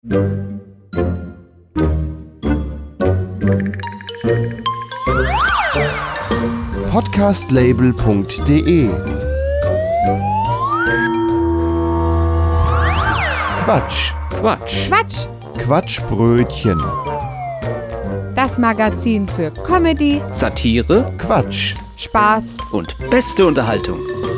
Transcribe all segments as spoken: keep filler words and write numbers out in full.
Podcastlabel punkt de Quatsch. Quatsch. Quatsch. Quatschbrötchen. Das Magazin für Comedy, Satire, Quatsch. Spaß und beste Unterhaltung.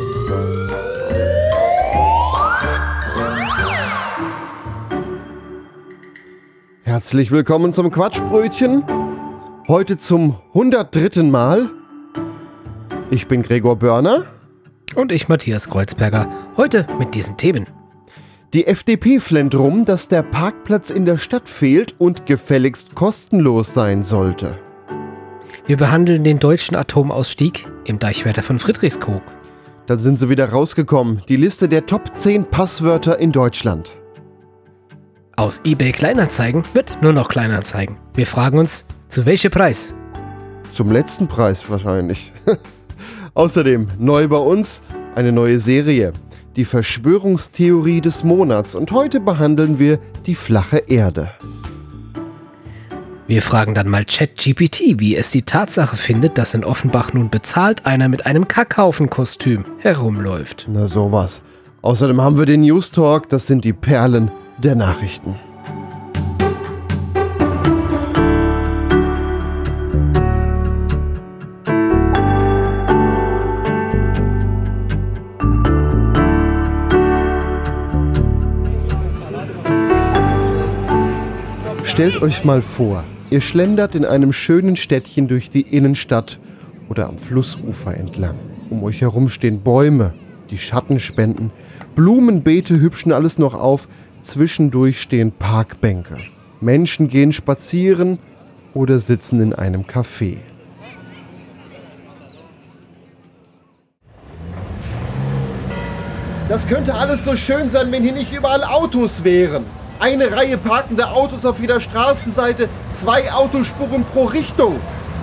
Herzlich willkommen zum Quatschbrötchen. Heute zum hundertdritten Mal. Ich bin Gregor Börner. Und ich, Matthias Kreuzberger. Heute mit diesen Themen. Die F D P flennt rum, dass der Parkplatz in der Stadt fehlt und gefälligst kostenlos sein sollte. Wir behandeln den deutschen Atomausstieg im Deichwärter von Friedrichskoog. Dann sind sie wieder rausgekommen. Die Liste der Top zehn Passwörter in Deutschland. Aus eBay Kleinanzeigen wird nur noch Kleinanzeigen. Wir fragen uns, zu welchem Preis? Zum letzten Preis wahrscheinlich. Außerdem neu bei uns eine neue Serie. Die Verschwörungstheorie des Monats. Und heute behandeln wir die flache Erde. Wir fragen dann mal ChatGPT, wie es die Tatsache findet, dass in Offenbach nun bezahlt einer mit einem Kackhaufen-Kostüm herumläuft. Na sowas. Außerdem haben wir den News Talk, das sind die Perlen der Nachrichten. Stellt euch mal vor, ihr schlendert in einem schönen Städtchen durch die Innenstadt oder am Flussufer entlang. Um euch herum stehen Bäume, die Schatten spenden, Blumenbeete hübschen alles noch auf, zwischendurch stehen Parkbänke. Menschen gehen spazieren oder sitzen in einem Café. Das könnte alles so schön sein, wenn hier nicht überall Autos wären. Eine Reihe parkende Autos auf jeder Straßenseite, zwei Autospuren pro Richtung.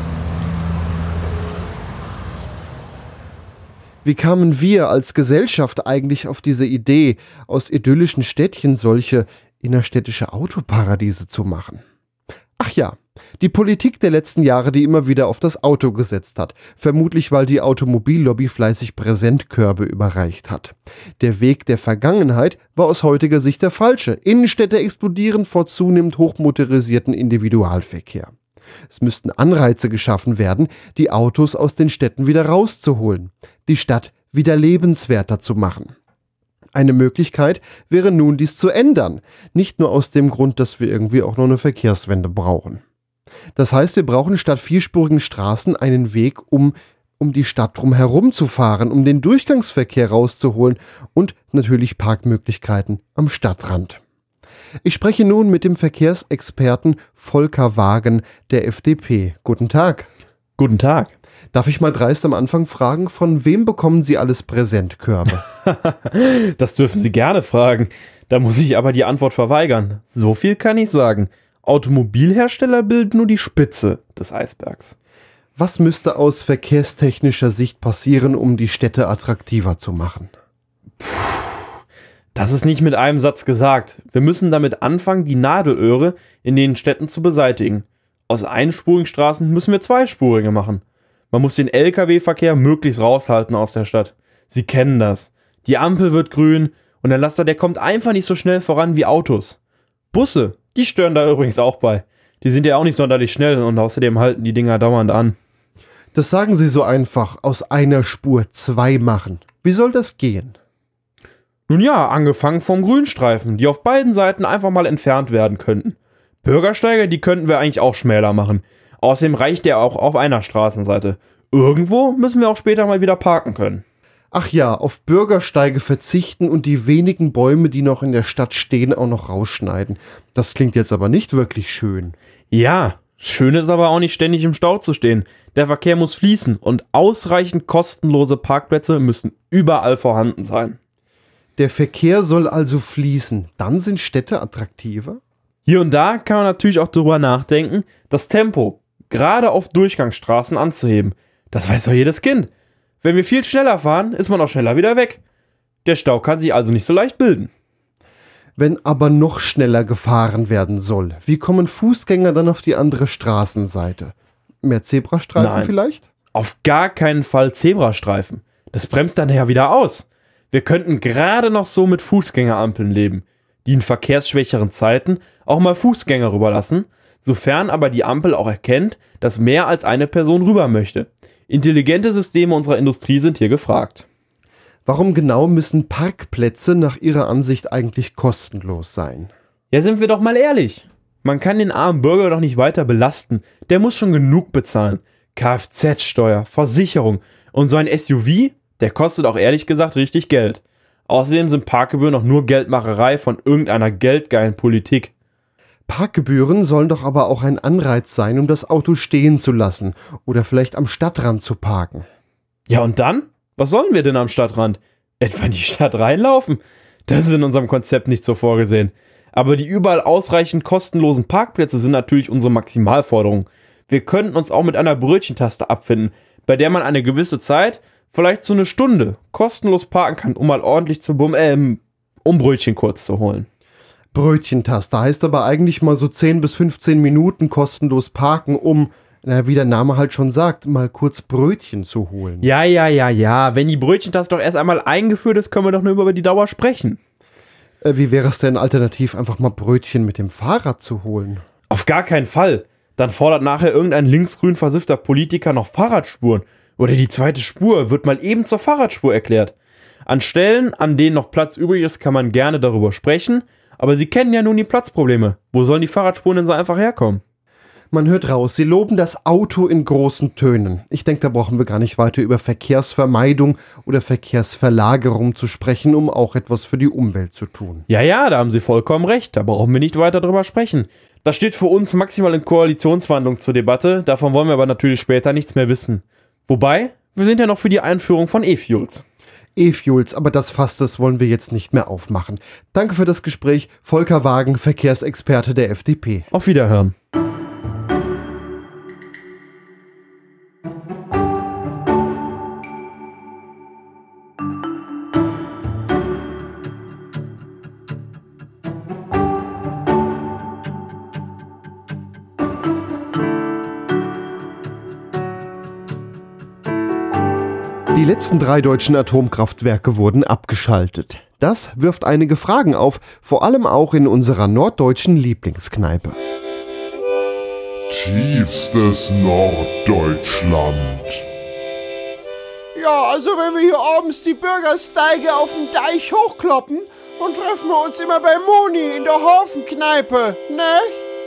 Wie kamen wir als Gesellschaft eigentlich auf diese Idee, aus idyllischen Städtchen solche innerstädtische Autoparadiese zu machen? Ach ja, die Politik der letzten Jahre, die immer wieder auf das Auto gesetzt hat. Vermutlich, weil die Automobillobby fleißig Präsentkörbe überreicht hat. Der Weg der Vergangenheit war aus heutiger Sicht der falsche. Innenstädte explodieren vor zunehmend hochmotorisierten Individualverkehr. Es müssten Anreize geschaffen werden, die Autos aus den Städten wieder rauszuholen, die Stadt wieder lebenswerter zu machen. Eine Möglichkeit wäre nun, dies zu ändern. Nicht nur aus dem Grund, dass wir irgendwie auch noch eine Verkehrswende brauchen. Das heißt, wir brauchen statt vierspurigen Straßen einen Weg, um, um die Stadt drumherum zu fahren, um den Durchgangsverkehr rauszuholen und natürlich Parkmöglichkeiten am Stadtrand. Ich spreche nun mit dem Verkehrsexperten Volker Wagen der F D P. Guten Tag. Guten Tag. Darf ich mal dreist am Anfang fragen, von wem bekommen Sie alles Präsentkörbe? Das dürfen Sie gerne fragen. Da muss ich aber die Antwort verweigern. So viel kann ich sagen. Automobilhersteller bilden nur die Spitze des Eisbergs. Was müsste aus verkehrstechnischer Sicht passieren, um die Städte attraktiver zu machen? Puh, das ist nicht mit einem Satz gesagt. Wir müssen damit anfangen, die Nadelöhre in den Städten zu beseitigen. Aus einspurigen Straßen müssen wir zweispurige machen. Man muss den L K W-Verkehr möglichst raushalten aus der Stadt. Sie kennen das. Die Ampel wird grün und der Laster, der kommt einfach nicht so schnell voran wie Autos. Busse, die stören da übrigens auch bei. Die sind ja auch nicht sonderlich schnell und außerdem halten die Dinger dauernd an. Das sagen Sie so einfach, aus einer Spur zwei machen. Wie soll das gehen? Nun ja, angefangen vom Grünstreifen, die auf beiden Seiten einfach mal entfernt werden könnten. Bürgersteige, die könnten wir eigentlich auch schmäler machen. Außerdem reicht der auch auf einer Straßenseite. Irgendwo müssen wir auch später mal wieder parken können. Ach ja, auf Bürgersteige verzichten und die wenigen Bäume, die noch in der Stadt stehen, auch noch rausschneiden. Das klingt jetzt aber nicht wirklich schön. Ja, schön ist aber auch nicht ständig im Stau zu stehen. Der Verkehr muss fließen und ausreichend kostenlose Parkplätze müssen überall vorhanden sein. Der Verkehr soll also fließen. Dann sind Städte attraktiver? Hier und da kann man natürlich auch darüber nachdenken, das Tempo gerade auf Durchgangsstraßen anzuheben. Das weiß doch jedes Kind. Wenn wir viel schneller fahren, ist man auch schneller wieder weg. Der Stau kann sich also nicht so leicht bilden. Wenn aber noch schneller gefahren werden soll, wie kommen Fußgänger dann auf die andere Straßenseite? Mehr Zebrastreifen Nein. vielleicht? Auf gar keinen Fall Zebrastreifen. Das bremst dann ja wieder aus. Wir könnten gerade noch so mit Fußgängerampeln leben, die in verkehrsschwächeren Zeiten auch mal Fußgänger rüberlassen, sofern aber die Ampel auch erkennt, dass mehr als eine Person rüber möchte. Intelligente Systeme unserer Industrie sind hier gefragt. Warum genau müssen Parkplätze nach Ihrer Ansicht eigentlich kostenlos sein? Ja, sind wir doch mal ehrlich. Man kann den armen Bürger doch nicht weiter belasten. Der muss schon genug bezahlen. Kfz-Steuer, Versicherung und so ein S U V, der kostet auch ehrlich gesagt richtig Geld. Außerdem sind Parkgebühren auch nur Geldmacherei von irgendeiner geldgeilen Politik. Parkgebühren sollen doch aber auch ein Anreiz sein, um das Auto stehen zu lassen oder vielleicht am Stadtrand zu parken. Ja und dann? Was sollen wir denn am Stadtrand? Etwa in die Stadt reinlaufen? Das ist in unserem Konzept nicht so vorgesehen. Aber die überall ausreichend kostenlosen Parkplätze sind natürlich unsere Maximalforderung. Wir könnten uns auch mit einer Brötchentaste abfinden, bei der man eine gewisse Zeit, vielleicht so eine Stunde, kostenlos parken kann, um mal ordentlich zu bum, ähm, um Brötchen kurz zu holen. Brötchentaste heißt aber eigentlich mal so zehn bis fünfzehn Minuten kostenlos parken, um, na, wie der Name halt schon sagt, mal kurz Brötchen zu holen. Ja, ja, ja, ja. Wenn die Brötchentaste doch erst einmal eingeführt ist, können wir doch nur über die Dauer sprechen. Äh, wie wäre es denn alternativ, einfach mal Brötchen mit dem Fahrrad zu holen? Auf gar keinen Fall. Dann fordert nachher irgendein linksgrün versiffter Politiker noch Fahrradspuren. Oder die zweite Spur wird mal eben zur Fahrradspur erklärt. An Stellen, an denen noch Platz übrig ist, kann man gerne darüber sprechen. Aber Sie kennen ja nun die Platzprobleme. Wo sollen die Fahrradspuren denn so einfach herkommen? Man hört raus, Sie loben das Auto in großen Tönen. Ich denke, da brauchen wir gar nicht weiter über Verkehrsvermeidung oder Verkehrsverlagerung zu sprechen, um auch etwas für die Umwelt zu tun. Ja, ja, da haben Sie vollkommen recht. Da brauchen wir nicht weiter drüber sprechen. Das steht für uns maximal in Koalitionsverhandlungen zur Debatte. Davon wollen wir aber natürlich später nichts mehr wissen. Wobei, wir sind ja noch für die Einführung von E-Fuels. E-Fuels, aber das Fass, das wollen wir jetzt nicht mehr aufmachen. Danke für das Gespräch, Volker Wagen, Verkehrsexperte der F D P. Auf Wiederhören. Die letzten drei deutschen Atomkraftwerke wurden abgeschaltet. Das wirft einige Fragen auf, vor allem auch in unserer norddeutschen Lieblingskneipe. Tiefstes Norddeutschland. Ja, also wenn wir hier abends die Bürgersteige auf dem Deich hochkloppen, dann treffen wir uns immer bei Moni in der Hafenkneipe, ne?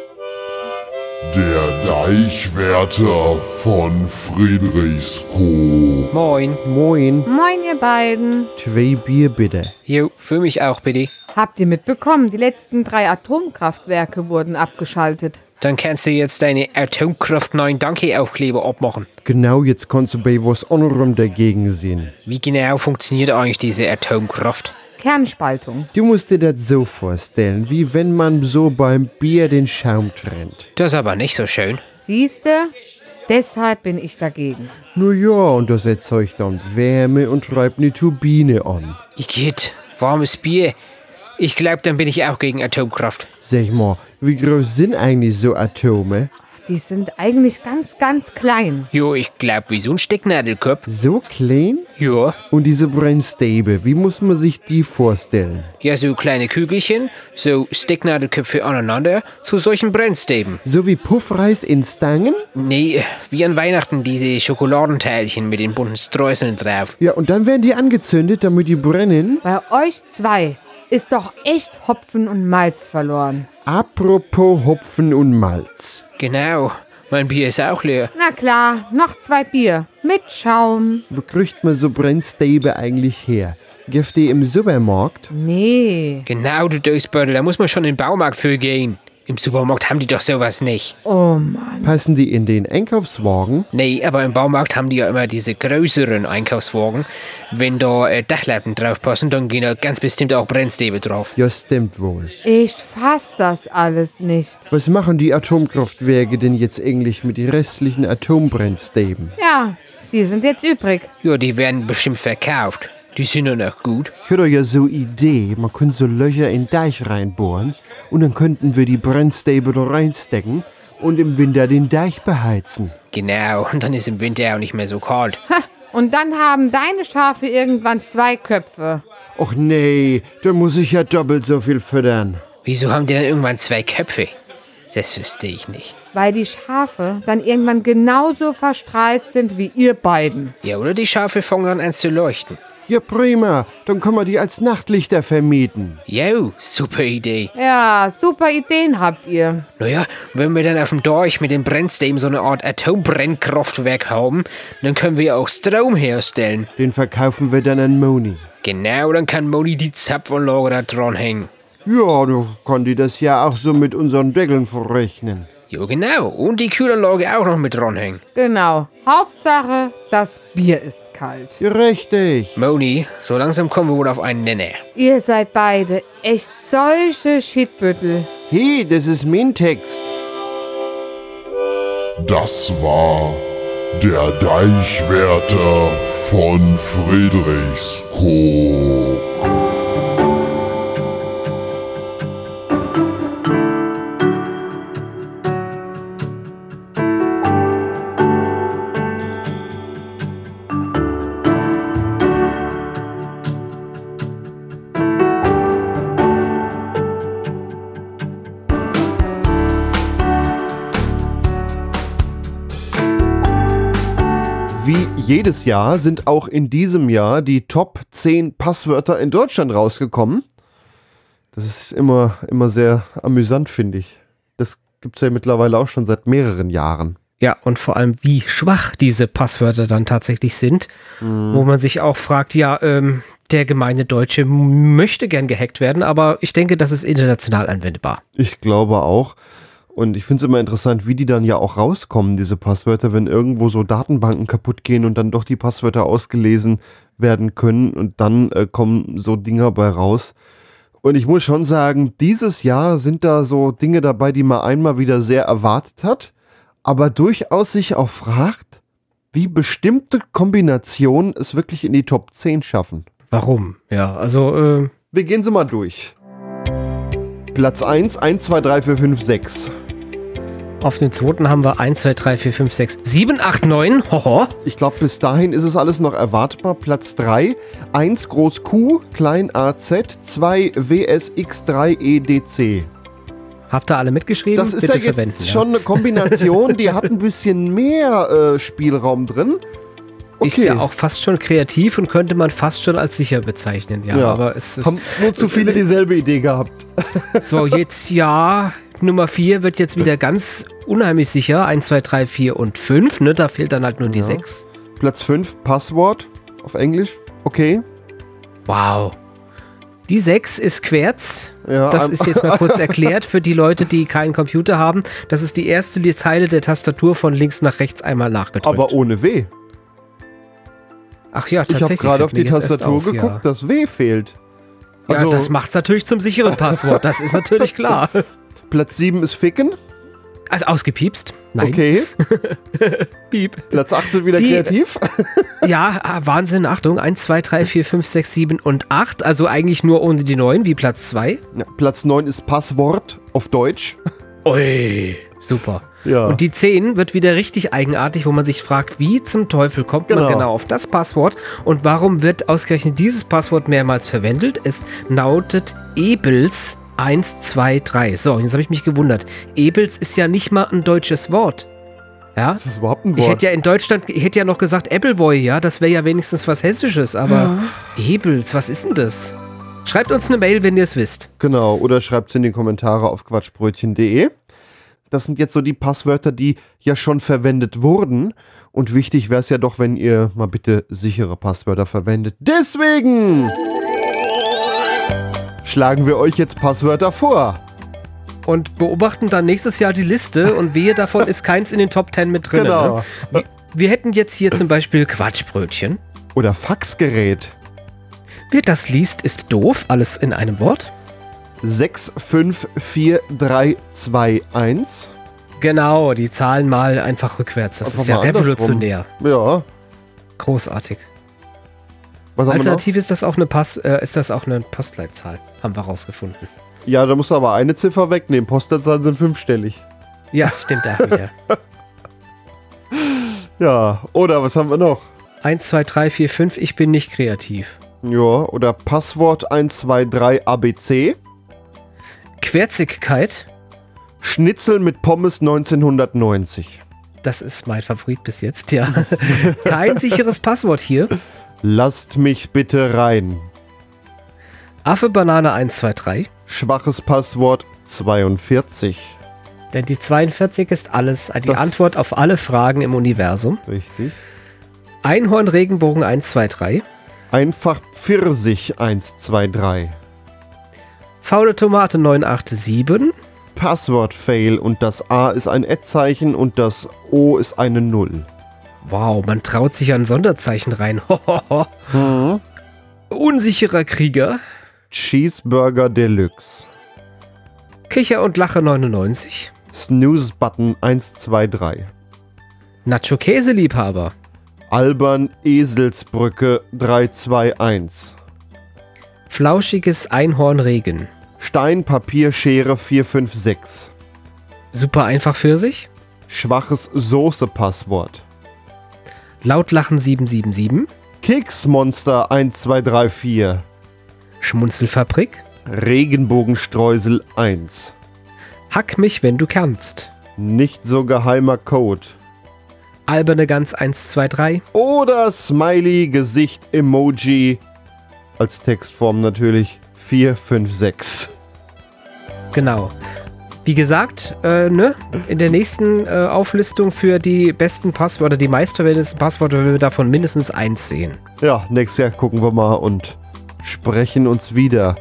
Der Deichwärter von Friedrichskoog. Moin. Moin, Moin, ihr beiden. zwei Bier bitte. Jo, für mich auch bitte. Habt ihr mitbekommen, die letzten drei Atomkraftwerke wurden abgeschaltet. Dann kannst du jetzt deine Atomkraft neun Danke-Aufkleber abmachen. Genau, jetzt kannst du bei was anderem dagegen sehen. Wie genau funktioniert eigentlich diese Atomkraft? Kernspaltung. Du musst dir das so vorstellen, wie wenn man so beim Bier den Schaum trennt. Das ist aber nicht so schön. Siehste? Deshalb bin ich dagegen. Nur ja, und das erzeugt dann Wärme und treibt eine Turbine an. Igitt, warmes Bier. Ich glaube, dann bin ich auch gegen Atomkraft. Sag mal, wie groß sind eigentlich so Atome? Die sind eigentlich ganz, ganz klein. Jo, ich glaube, wie so ein Stecknadelkopf. So klein? Ja. Und diese Brennstäbe, wie muss man sich die vorstellen? Ja, so kleine Kügelchen, so Stecknadelköpfe aneinander, zu solchen Brennstäben. So wie Puffreis in Stangen? Nee, wie an Weihnachten diese Schokoladenteilchen mit den bunten Streuseln drauf. Ja, und dann werden die angezündet, damit die brennen. Bei euch zwei ist doch echt Hopfen und Malz verloren. Apropos Hopfen und Malz. Genau, mein Bier ist auch leer. Na klar, noch zwei Bier. Mit Schaum. Wo kriegt man so Brennstäbe eigentlich her? Gibt die im Supermarkt? Nee. Genau, du Dösbeutel, da muss man schon in den Baumarkt für gehen. Im Supermarkt haben die doch sowas nicht. Oh Mann. Passen die in den Einkaufswagen? Nee, aber im Baumarkt haben die ja immer diese größeren Einkaufswagen. Wenn da äh, Dachlatten draufpassen, dann gehen da ganz bestimmt auch Brennstäbe drauf. Ja, stimmt wohl. Ich fass das alles nicht. Was machen die Atomkraftwerke denn jetzt eigentlich mit den restlichen Atombrennstäben? Ja, die sind jetzt übrig. Ja, die werden bestimmt verkauft. Die sind doch noch gut. Ich hätte ja so eine Idee, man könnte so Löcher in den Deich reinbohren und dann könnten wir die Brennstäbe da reinstecken und im Winter den Deich beheizen. Genau, und dann ist im Winter auch nicht mehr so kalt. Ha, und dann haben deine Schafe irgendwann zwei Köpfe. Och nee, da muss ich ja doppelt so viel füttern. Wieso haben die dann irgendwann zwei Köpfe? Das wüsste ich nicht. Weil die Schafe dann irgendwann genauso verstrahlt sind wie ihr beiden. Ja, oder die Schafe fangen dann an zu leuchten. Ja prima, dann können wir die als Nachtlichter vermieten. Jo, super Idee. Ja, super Ideen habt ihr. Naja, wenn wir dann auf dem Dorf mit dem Brennstäben so eine Art Atombrennkraftwerk haben, dann können wir auch Strom herstellen. Den verkaufen wir dann an Moni. Genau, dann kann Moni die Zapfanlage da dranhängen. Ja, du kann die das ja auch so mit unseren Deckeln verrechnen. Jo, genau. Und die Kühlanlage auch noch mit dranhängen. Genau. Hauptsache, das Bier ist kalt. Ja, richtig. Moni, so langsam kommen wir wohl auf einen Nenner. Ihr seid beide echt solche Schiedbüttel. Hey, das ist mein Text. Das war der Deichwärter von Friedrichskoog. Wie jedes Jahr sind auch in diesem Jahr die Top zehn Passwörter in Deutschland rausgekommen. Das ist immer, immer sehr amüsant, finde ich. Das gibt es ja mittlerweile auch schon seit mehreren Jahren. Ja, und vor allem, wie schwach diese Passwörter dann tatsächlich sind. Mhm. Wo man sich auch fragt, ja, ähm, der gemeine Deutsche möchte gern gehackt werden, aber ich denke, das ist international anwendbar. Ich glaube auch. Und ich finde es immer interessant, wie die dann ja auch rauskommen, diese Passwörter, wenn irgendwo so Datenbanken kaputt gehen und dann doch die Passwörter ausgelesen werden können und dann äh, kommen so Dinger bei raus. Und ich muss schon sagen, dieses Jahr sind da so Dinge dabei, die man einmal wieder sehr erwartet hat, aber durchaus sich auch fragt, wie bestimmte Kombinationen es wirklich in die Top zehn schaffen. Warum? Ja, also, äh... Wir gehen sie mal durch. Platz eins, eins, zwei, drei, vier, fünf, sechs. Auf dem zweiten haben wir eins, zwei, drei, vier, fünf, sechs, sieben, acht, neun. Hoho. Ich glaube, bis dahin ist es alles noch erwartbar. Platz drei, eins groß Q, klein A Z, zwei W S X drei E D C. Habt ihr alle mitgeschrieben? Das ist Bitte ja jetzt verwenden, schon ja. eine Kombination, die hat ein bisschen mehr äh, Spielraum drin. Okay. Ist ja auch fast schon kreativ und könnte man fast schon als sicher bezeichnen. Ja, ja. aber es haben nur zu viele dieselbe Idee gehabt. So, jetzt ja, Nummer vier wird jetzt wieder ganz unheimlich sicher. eins, zwei, drei, vier und fünf, ne? Da fehlt dann halt nur die ja. sechs. Platz fünf, Passwort auf Englisch. Okay. Wow. Die sechs ist Querz. Ja, das ist jetzt mal kurz erklärt für die Leute, die keinen Computer haben. Das ist die erste die Zeile der Tastatur von links nach rechts einmal nachgedrückt. Aber ohne W. Ach ja, tatsächlich. Ich habe gerade auf die Tastatur auf, geguckt, ja. Das W fehlt. Also, ja, das macht's natürlich zum sicheren Passwort. Das ist natürlich klar. Platz sieben ist Ficken. Also ausgepiepst. Nein. Okay. Piep. Platz acht wird wieder die, kreativ. Ja, Wahnsinn. Achtung. eins, zwei, drei, vier, fünf, sechs, sieben und acht. Also eigentlich nur ohne die neun, wie Platz zwei. Ja, Platz neun ist Passwort auf Deutsch. Ui, super. Ja. Und die zehn wird wieder richtig eigenartig, wo man sich fragt, wie zum Teufel kommt genau. man genau auf das Passwort und warum wird ausgerechnet dieses Passwort mehrmals verwendet? Es lautet Ebels eins, zwei, drei. So, jetzt habe ich mich gewundert. Ebels ist ja nicht mal ein deutsches Wort. Ja? Das ist überhaupt ein Wort. Ich hätte ja in Deutschland, ich hätte ja noch gesagt Appleboy, ja, das wäre ja wenigstens was Hessisches, aber ja. Ebels, was ist denn das? Schreibt uns eine Mail, wenn ihr es wisst. Genau, oder schreibt es in die Kommentare auf quatschbrötchen punkt de. Das sind jetzt so die Passwörter, die ja schon verwendet wurden. Und wichtig wäre es ja doch, wenn ihr mal bitte sichere Passwörter verwendet. Deswegen schlagen wir euch jetzt Passwörter vor. Und beobachten dann nächstes Jahr die Liste und wehe davon ist keins in den Top zehn mit drin. Genau. Ne? Wir, wir hätten jetzt hier zum Beispiel Quatschbrötchen. Oder Faxgerät. Wer das liest, ist doof. Alles in einem Wort. sechs fünf vier drei zwei eins. Genau, die Zahlen mal einfach rückwärts. Das einfach ist ja revolutionär. Ja. Großartig. Was haben wir noch? Alternativ ist das auch eine Pass, äh, ist das auch eine Postleitzahl, haben wir rausgefunden. Ja, da musst du aber eine Ziffer wegnehmen. Postleitzahlen sind fünfstellig. Ja, stimmt auch wieder. Ja, oder was haben wir noch? eins, zwei, drei, vier, fünf, ich bin nicht kreativ. Ja, oder Passwort eins, zwei, drei A B C. Querzigkeit, Schnitzel mit Pommes neunzehnhundertneunzig. das ist mein Favorit bis jetzt, ja. Kein sicheres Passwort hier. Lasst mich bitte rein. Affe, Banane eins, zwei, drei. Schwaches Passwort zweiundvierzig. Denn die zweiundvierzig ist alles, die Das- Antwort auf alle Fragen im Universum. Richtig. Einhorn, Regenbogen eins, zwei, drei. Einfach Pfirsich eins, zwei, drei. Faule Tomate neun, acht, sieben. Passwort-Fail und das A ist ein Ad-Zeichen und das O ist eine Null. Wow, man traut sich an Sonderzeichen rein. Hohoho. Hm. Unsicherer Krieger. Cheeseburger Deluxe. Kicher und Lache neunundneunzig. Snooze-Button eins, zwei, drei. Nacho-Käse-Liebhaber. Albern Eselsbrücke drei, zwei, eins. Flauschiges Einhornregen. Stein, Papier, Schere vier, fünf, sechs. Super einfach für sich. Schwaches Soße-Passwort. Lautlachen sieben sieben sieben. Keksmonster eins, zwei, drei, vier. Schmunzelfabrik. Regenbogenstreusel eins. Hack mich, wenn du kannst. Nicht so geheimer Code. Alberne Gans eins, zwei, drei. Oder Smiley, Gesicht, Emoji. Als Textform natürlich vier, fünf, sechs. Genau. Wie gesagt, äh, ne? In der nächsten äh, Auflistung für die besten Passwörter, die meistverwendeten Passwörter, werden wir davon mindestens eins sehen. Ja, nächstes Jahr gucken wir mal und sprechen uns wieder.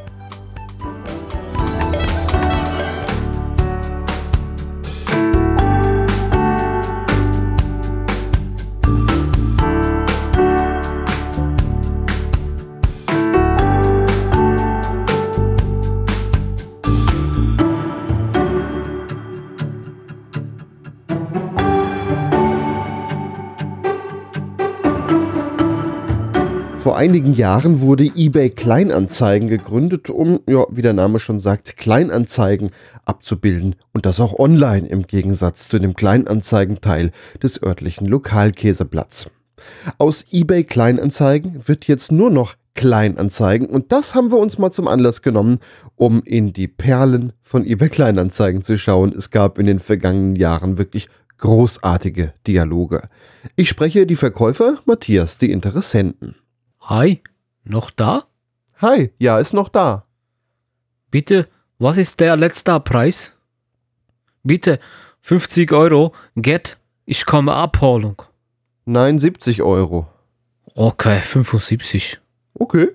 Vor einigen Jahren wurde eBay Kleinanzeigen gegründet, um, ja, wie der Name schon sagt, Kleinanzeigen abzubilden und das auch online im Gegensatz zu dem Kleinanzeigenteil des örtlichen Lokalkäseblatts. Aus eBay Kleinanzeigen wird jetzt nur noch Kleinanzeigen und das haben wir uns mal zum Anlass genommen, um in die Perlen von eBay Kleinanzeigen zu schauen. Es gab in den vergangenen Jahren wirklich großartige Dialoge. Ich spreche die Verkäufer, Matthias die Interessenten. Hi, noch da? Hi, ja, ist noch da. Bitte, was ist der letzte Preis? Bitte, fünfzig Euro, get, ich komme Abholung. Nein, siebzig Euro. Okay, fünfundsiebzig. Okay.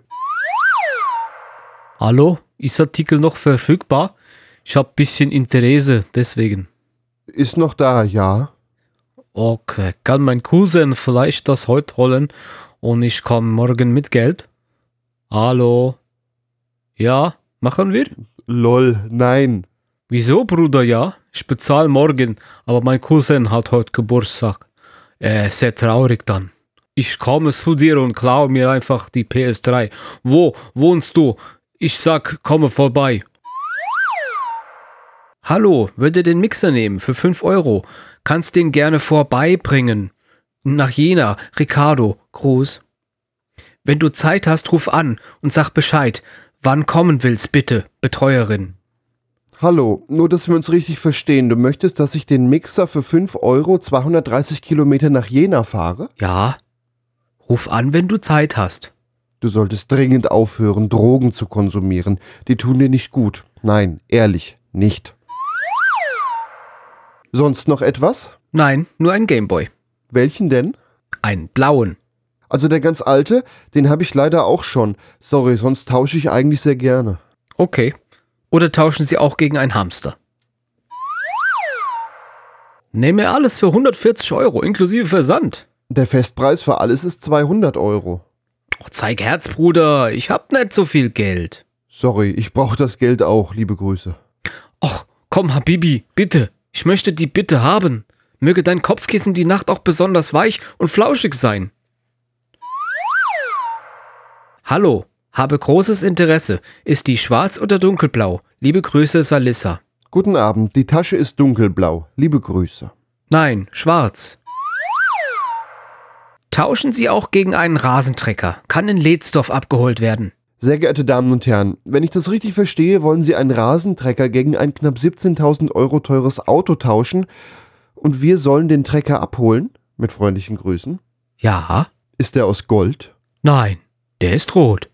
Hallo, ist Artikel noch verfügbar? Ich hab bisschen Interesse, deswegen. Ist noch da, ja. Okay, kann mein Cousin vielleicht das heute holen und ich komme morgen mit Geld? Hallo? Ja, machen wir? Lol, nein. Wieso, Bruder, ja? Ich bezahle morgen, aber mein Cousin hat heute Geburtstag. Äh, sehr traurig dann. Ich komme zu dir und klaue mir einfach die P S drei. Wo wohnst du? Ich sag, komme vorbei. Hallo, würde den Mixer nehmen für fünf Euro. Kannst den gerne vorbeibringen. Nach Jena, Ricardo, Gruß. Wenn du Zeit hast, ruf an und sag Bescheid. Wann kommen willst, bitte, Betreuerin. Hallo, nur dass wir uns richtig verstehen. Du möchtest, dass ich den Mixer für fünf Euro zweihundertdreißig Kilometer nach Jena fahre? Ja, ruf an, wenn du Zeit hast. Du solltest dringend aufhören, Drogen zu konsumieren. Die tun dir nicht gut. Nein, ehrlich, nicht. Sonst noch etwas? Nein, nur ein Gameboy. Welchen denn? Einen blauen. Also der ganz alte, den habe ich leider auch schon. Sorry, sonst tausche ich eigentlich sehr gerne. Okay. Oder tauschen Sie auch gegen einen Hamster? Nehme alles für hundertvierzig Euro, inklusive Versand. Der Festpreis für alles ist zweihundert Euro. Oh, zeig Herz, Bruder, ich hab nicht so viel Geld. Sorry, ich brauche das Geld auch, liebe Grüße. Och, komm, Habibi, bitte. Ich möchte die Bitte haben. Möge dein Kopfkissen die Nacht auch besonders weich und flauschig sein. Hallo, habe großes Interesse. Ist die schwarz oder dunkelblau? Liebe Grüße, Salissa. Guten Abend, die Tasche ist dunkelblau. Liebe Grüße. Nein, schwarz. Tauschen Sie auch gegen einen Rasentrecker. Kann in Ledsdorf abgeholt werden. Sehr geehrte Damen und Herren, wenn ich das richtig verstehe, wollen Sie einen Rasentrecker gegen ein knapp siebzehntausend Euro teures Auto tauschen und wir sollen den Trecker abholen? Mit freundlichen Grüßen. Ja? Ist der aus Gold? Nein, der ist rot.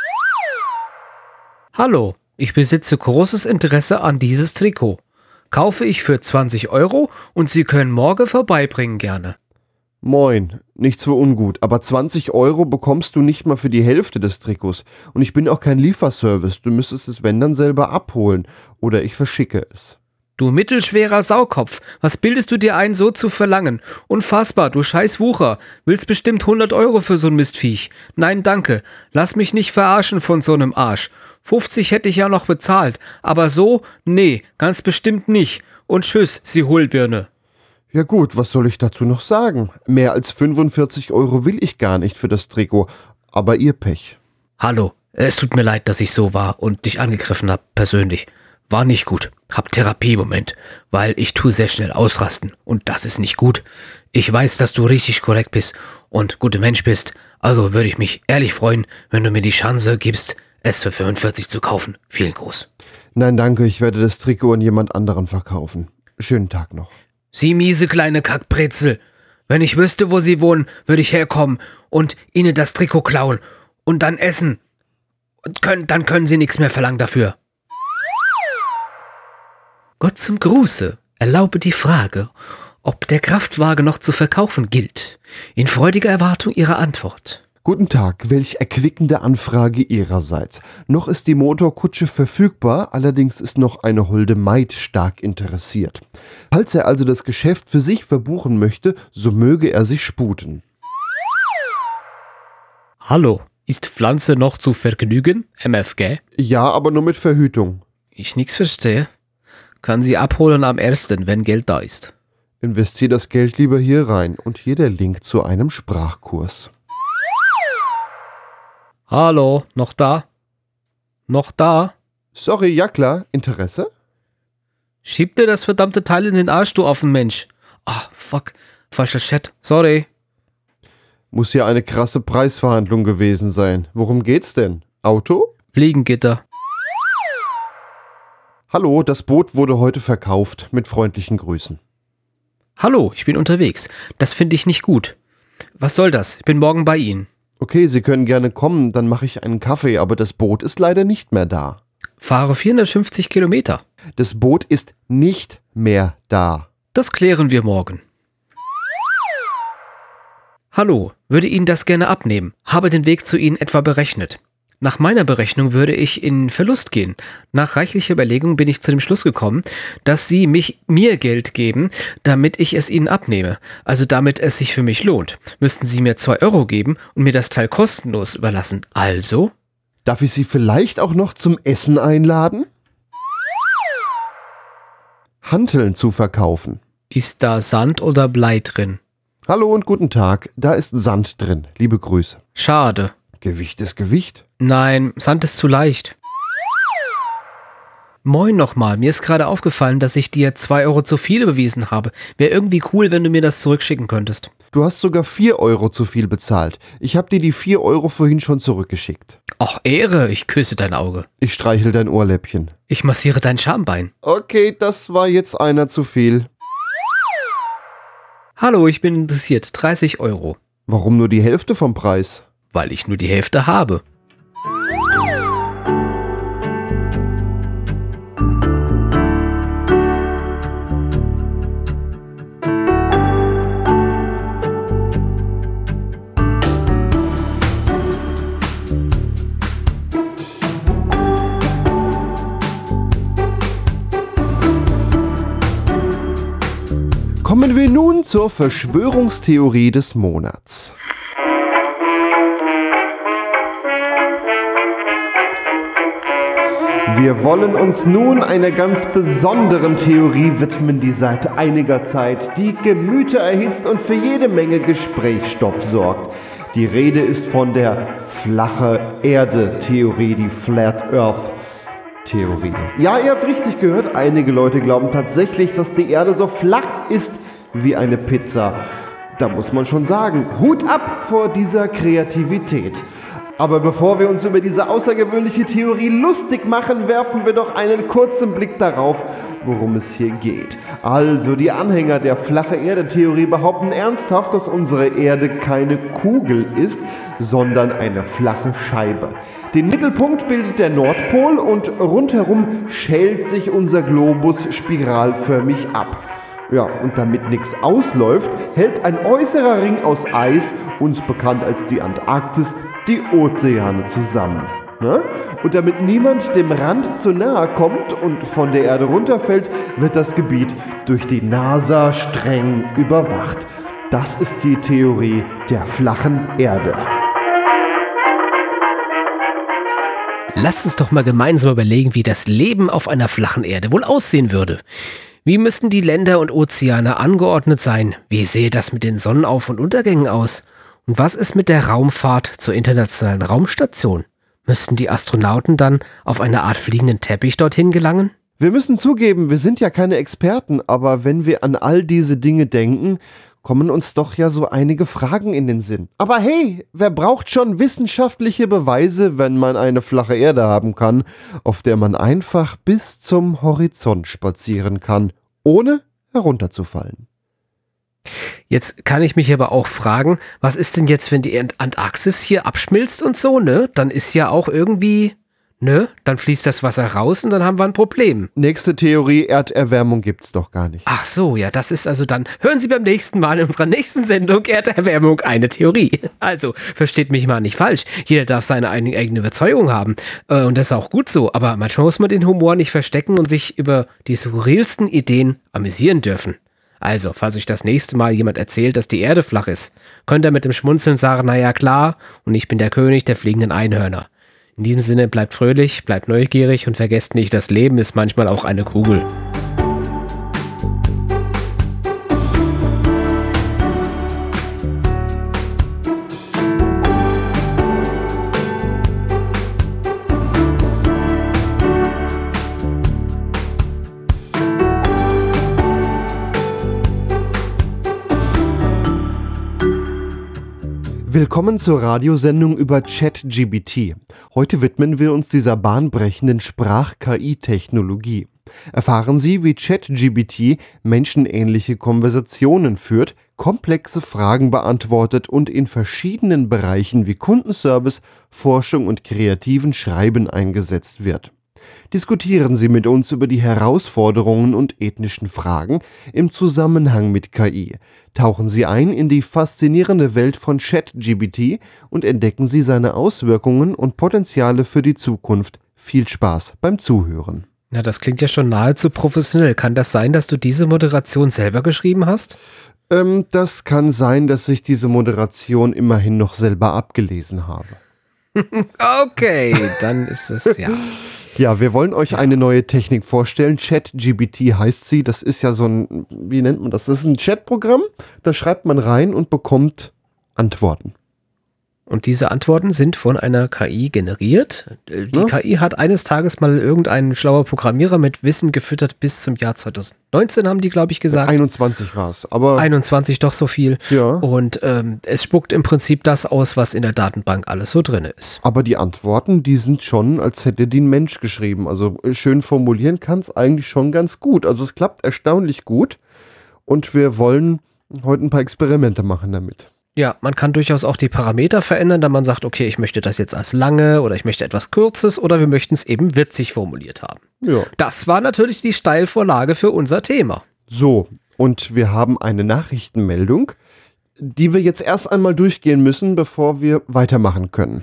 Hallo, ich besitze großes Interesse an dieses Trikot. Kaufe ich für zwanzig Euro und Sie können morgen vorbeibringen gerne. Moin, nichts für ungut, aber zwanzig Euro bekommst du nicht mal für die Hälfte des Trikots. Und ich bin auch kein Lieferservice, du müsstest es wenn dann selber abholen. Oder ich verschicke es. Du mittelschwerer Saukopf, was bildest du dir ein, so zu verlangen? Unfassbar, du scheiß Wucher. Willst bestimmt hundert Euro für so ein Mistviech. Nein, danke, lass mich nicht verarschen von so einem Arsch. fünfzig hätte ich ja noch bezahlt, aber so, nee, ganz bestimmt nicht. Und tschüss, Sie Hohlbirne. Ja gut, was soll ich dazu noch sagen? Mehr als fünfundvierzig Euro will ich gar nicht für das Trikot, aber ihr Pech. Hallo, es tut mir leid, dass ich so war und dich angegriffen habe, persönlich. War nicht gut. Hab Therapie im Moment, weil ich tu sehr schnell ausrasten und das ist nicht gut. Ich weiß, dass du richtig korrekt bist und guter Mensch bist, also würde ich mich ehrlich freuen, wenn du mir die Chance gibst, es für fünfundvierzig zu kaufen. Vielen Gruß. Nein, danke, ich werde das Trikot an jemand anderen verkaufen. Schönen Tag noch. Sie miese kleine Kackbrezel. Wenn ich wüsste, wo Sie wohnen, würde ich herkommen und Ihnen das Trikot klauen und dann essen. Und können, dann können Sie nichts mehr verlangen dafür. Gott zum Gruße erlaube die Frage, ob der Kraftwagen noch zu verkaufen gilt. In freudiger Erwartung Ihrer Antwort. Guten Tag, welch erquickende Anfrage Ihrerseits. Noch ist die Motorkutsche verfügbar, allerdings ist noch eine holde Maid stark interessiert. Falls er also das Geschäft für sich verbuchen möchte, so möge er sich sputen. Hallo, ist Pflanze noch zu vergnügen? M F G? Ja, aber nur mit Verhütung. Ich nix verstehe. Kann sie abholen am ersten, wenn Geld da ist. Investier das Geld lieber hier rein und hier der Link zu einem Sprachkurs. Hallo, noch da? Noch da? Sorry, ja klar, Interesse? Schieb dir das verdammte Teil in den Arsch, du Affenmensch. Ah, fuck, falscher Chat, sorry. Muss ja eine krasse Preisverhandlung gewesen sein. Worum geht's denn? Auto? Fliegengitter. Hallo, das Boot wurde heute verkauft. Mit freundlichen Grüßen. Hallo, ich bin unterwegs. Das finde ich nicht gut. Was soll das? Ich bin morgen bei Ihnen. Okay, Sie können gerne kommen, dann mache ich einen Kaffee, aber das Boot ist leider nicht mehr da. Fahre vierhundertfünfzig Kilometer. Das Boot ist nicht mehr da. Das klären wir morgen. Hallo, würde Ihnen das gerne abnehmen. Habe den Weg zu Ihnen etwa berechnet. Nach meiner Berechnung würde ich in Verlust gehen. Nach reichlicher Überlegung bin ich zu dem Schluss gekommen, dass Sie mich mir Geld geben, damit ich es Ihnen abnehme. Also damit es sich für mich lohnt. Müssten Sie mir zwei Euro geben und mir das Teil kostenlos überlassen. Also? Darf ich Sie vielleicht auch noch zum Essen einladen? Hanteln zu verkaufen. Ist da Sand oder Blei drin? Hallo und guten Tag, da ist Sand drin. Liebe Grüße. Schade. Gewicht ist Gewicht. Nein, Sand ist zu leicht. Moin nochmal, mir ist gerade aufgefallen, dass ich dir zwei Euro zu viel überwiesen habe. Wäre irgendwie cool, wenn du mir das zurückschicken könntest. Du hast sogar vier Euro zu viel bezahlt. Ich habe dir die vier Euro vorhin schon zurückgeschickt. Ach, Ehre, ich küsse dein Auge. Ich streichel dein Ohrläppchen. Ich massiere dein Schambein. Okay, das war jetzt einer zu viel. Hallo, ich bin interessiert. dreißig Euro. Warum nur die Hälfte vom Preis? Weil ich nur die Hälfte habe. Kommen wir nun zur Verschwörungstheorie des Monats. Wir wollen uns nun einer ganz besonderen Theorie widmen, die seit einiger Zeit die Gemüter erhitzt und für jede Menge Gesprächsstoff sorgt. Die Rede ist von der Flache-Erde-Theorie, die Flat Earth-Theorie. Ja, ihr habt richtig gehört, einige Leute glauben tatsächlich, dass die Erde so flach ist wie eine Pizza. Da muss man schon sagen, Hut ab vor dieser Kreativität. Aber bevor wir uns über diese außergewöhnliche Theorie lustig machen, werfen wir doch einen kurzen Blick darauf, worum es hier geht. Also, die Anhänger der Flache-Erde-Theorie behaupten ernsthaft, dass unsere Erde keine Kugel ist, sondern eine flache Scheibe. Den Mittelpunkt bildet der Nordpol und rundherum schält sich unser Globus spiralförmig ab. Ja, und damit nichts ausläuft, hält ein äußerer Ring aus Eis, uns bekannt als die Antarktis, die Ozeane zusammen. Ne? Und damit niemand dem Rand zu nahe kommt und von der Erde runterfällt, wird das Gebiet durch die NASA streng überwacht. Das ist die Theorie der flachen Erde. Lasst uns doch mal gemeinsam überlegen, wie das Leben auf einer flachen Erde wohl aussehen würde. Wie müssten die Länder und Ozeane angeordnet sein? Wie sähe das mit den Sonnenauf- und Untergängen aus? Und was ist mit der Raumfahrt zur internationalen Raumstation? Müssten die Astronauten dann auf eine Art fliegenden Teppich dorthin gelangen? Wir müssen zugeben, wir sind ja keine Experten, aber wenn wir an all diese Dinge denken, kommen uns doch ja so einige Fragen in den Sinn. Aber hey, wer braucht schon wissenschaftliche Beweise, wenn man eine flache Erde haben kann, auf der man einfach bis zum Horizont spazieren kann, ohne herunterzufallen? Jetzt kann ich mich aber auch fragen, was ist denn jetzt, wenn die Antarktis hier abschmilzt und so, ne? Dann ist ja auch irgendwie, ne? Dann fließt das Wasser raus und dann haben wir ein Problem. Nächste Theorie, Erderwärmung gibt's doch gar nicht. Ach so, ja, das ist also dann, hören Sie beim nächsten Mal in unserer nächsten Sendung Erderwärmung eine Theorie. Also, versteht mich mal nicht falsch, jeder darf seine eigene Überzeugung haben äh, und das ist auch gut so, aber manchmal muss man den Humor nicht verstecken und sich über die skurrilsten Ideen amüsieren dürfen. Also, falls euch das nächste Mal jemand erzählt, dass die Erde flach ist, könnt ihr mit dem Schmunzeln sagen, naja klar, und ich bin der König der fliegenden Einhörner. In diesem Sinne, bleibt fröhlich, bleibt neugierig und vergesst nicht, das Leben ist manchmal auch eine Kugel. Willkommen zur Radiosendung über ChatGPT. Heute widmen wir uns dieser bahnbrechenden Sprach-K I-Technologie. Erfahren Sie, wie ChatGPT menschenähnliche Konversationen führt, komplexe Fragen beantwortet und in verschiedenen Bereichen wie Kundenservice, Forschung und kreativen Schreiben eingesetzt wird. Diskutieren Sie mit uns über die Herausforderungen und ethnischen Fragen im Zusammenhang mit K I. Tauchen Sie ein in die faszinierende Welt von ChatGPT und entdecken Sie seine Auswirkungen und Potenziale für die Zukunft. Viel Spaß beim Zuhören. Na, das klingt ja schon nahezu professionell. Kann das sein, dass du diese Moderation selber geschrieben hast? Ähm, das kann sein, dass ich diese Moderation immerhin noch selber abgelesen habe. Okay, dann ist es ja. Ja, wir wollen euch eine neue Technik vorstellen. ChatGPT heißt sie. Das ist ja so ein, wie nennt man das? Das ist ein Chatprogramm. Da schreibt man rein und bekommt Antworten. Und diese Antworten sind von einer K I generiert. Die ja. K I hat eines Tages mal irgendein schlauer Programmierer mit Wissen gefüttert bis zum Jahr zwanzig neunzehn, haben die, glaube ich, gesagt. einundzwanzig war es. Aber einundzwanzig, doch so viel. Ja. Und ähm, es spuckt im Prinzip das aus, was in der Datenbank alles so drin ist. Aber die Antworten, die sind schon, als hätte die ein Mensch geschrieben. Also schön formulieren kann es eigentlich schon ganz gut. Also es klappt erstaunlich gut. Und wir wollen heute ein paar Experimente machen damit. Ja, man kann durchaus auch die Parameter verändern, da man sagt, okay, ich möchte das jetzt als lange oder ich möchte etwas Kurzes oder wir möchten es eben witzig formuliert haben. Ja. Das war natürlich die Steilvorlage für unser Thema. So, und wir haben eine Nachrichtenmeldung, die wir jetzt erst einmal durchgehen müssen, bevor wir weitermachen können.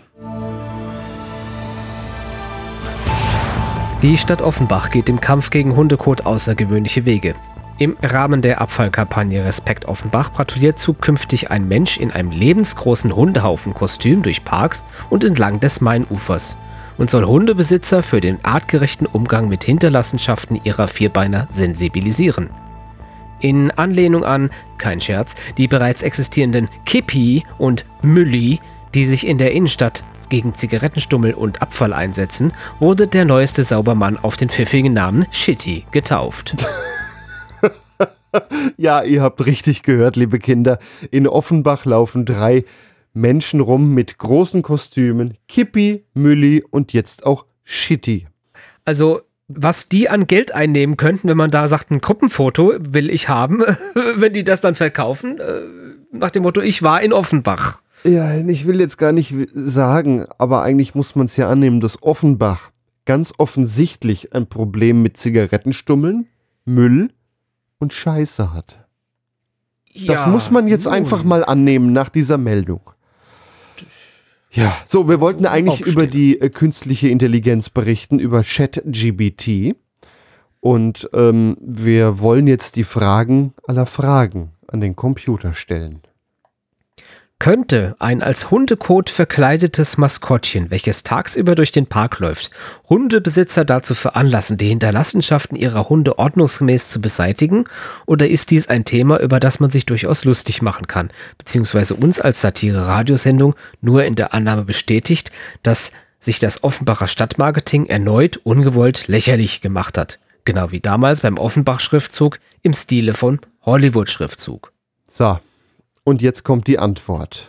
Die Stadt Offenbach geht im Kampf gegen Hundekot außergewöhnliche Wege. Im Rahmen der Abfallkampagne Respekt Offenbach patrouilliert zukünftig ein Mensch in einem lebensgroßen Hundehaufenkostüm durch Parks und entlang des Mainufers und soll Hundebesitzer für den artgerechten Umgang mit Hinterlassenschaften ihrer Vierbeiner sensibilisieren. In Anlehnung an, kein Scherz, die bereits existierenden Kippi und Mülli, die sich in der Innenstadt gegen Zigarettenstummel und Abfall einsetzen, wurde der neueste Saubermann auf den pfiffigen Namen Shitty getauft. Ja, ihr habt richtig gehört, liebe Kinder. In Offenbach laufen drei Menschen rum mit großen Kostümen. Kippi, Mülli und jetzt auch Shitty. Also, was die an Geld einnehmen könnten, wenn man da sagt, ein Gruppenfoto will ich haben, wenn die das dann verkaufen, nach dem Motto, ich war in Offenbach. Ja, ich will jetzt gar nicht sagen, aber eigentlich muss man es ja annehmen, dass Offenbach ganz offensichtlich ein Problem mit Zigarettenstummeln, Müll und Scheiße hat. Das Ja, muss man jetzt nun. einfach mal annehmen nach dieser Meldung. Ja, so, wir wollten eigentlich Aufstehen. über die äh, künstliche Intelligenz berichten, über ChatGPT. Und ähm, wir wollen jetzt die Fragen aller Fragen an den Computer stellen. Könnte ein als Hundekot verkleidetes Maskottchen, welches tagsüber durch den Park läuft, Hundebesitzer dazu veranlassen, die Hinterlassenschaften ihrer Hunde ordnungsgemäß zu beseitigen? Oder ist dies ein Thema, über das man sich durchaus lustig machen kann, beziehungsweise uns als Satire-Radiosendung nur in der Annahme bestätigt, dass sich das Offenbacher Stadtmarketing erneut ungewollt lächerlich gemacht hat? Genau wie damals beim Offenbach-Schriftzug im Stile von Hollywood-Schriftzug. So, und jetzt kommt die Antwort.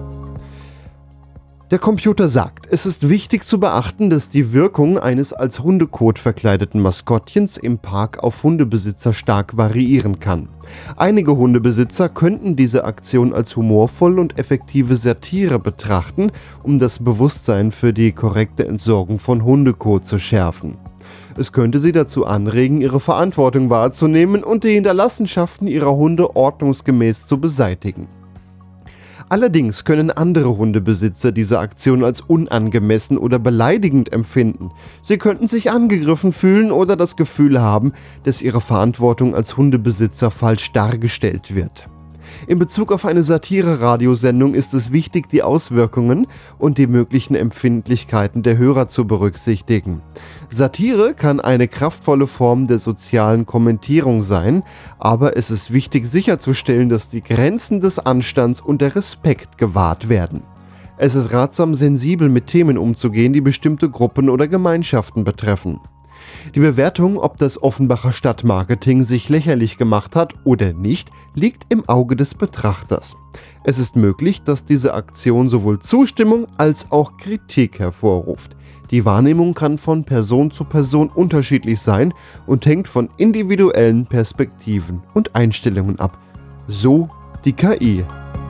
Der Computer sagt, es ist wichtig zu beachten, dass die Wirkung eines als Hundekot verkleideten Maskottchens im Park auf Hundebesitzer stark variieren kann. Einige Hundebesitzer könnten diese Aktion als humorvoll und effektive Satire betrachten, um das Bewusstsein für die korrekte Entsorgung von Hundekot zu schärfen. Es könnte sie dazu anregen, ihre Verantwortung wahrzunehmen und die Hinterlassenschaften ihrer Hunde ordnungsgemäß zu beseitigen. Allerdings können andere Hundebesitzer diese Aktion als unangemessen oder beleidigend empfinden. Sie könnten sich angegriffen fühlen oder das Gefühl haben, dass ihre Verantwortung als Hundebesitzer falsch dargestellt wird. In Bezug auf eine Satire-Radiosendung ist es wichtig, die Auswirkungen und die möglichen Empfindlichkeiten der Hörer zu berücksichtigen. Satire kann eine kraftvolle Form der sozialen Kommentierung sein, aber es ist wichtig sicherzustellen, dass die Grenzen des Anstands und der Respekt gewahrt werden. Es ist ratsam, sensibel mit Themen umzugehen, die bestimmte Gruppen oder Gemeinschaften betreffen. Die Bewertung, ob das Offenbacher Stadtmarketing sich lächerlich gemacht hat oder nicht, liegt im Auge des Betrachters. Es ist möglich, dass diese Aktion sowohl Zustimmung als auch Kritik hervorruft. Die Wahrnehmung kann von Person zu Person unterschiedlich sein und hängt von individuellen Perspektiven und Einstellungen ab. So die K I.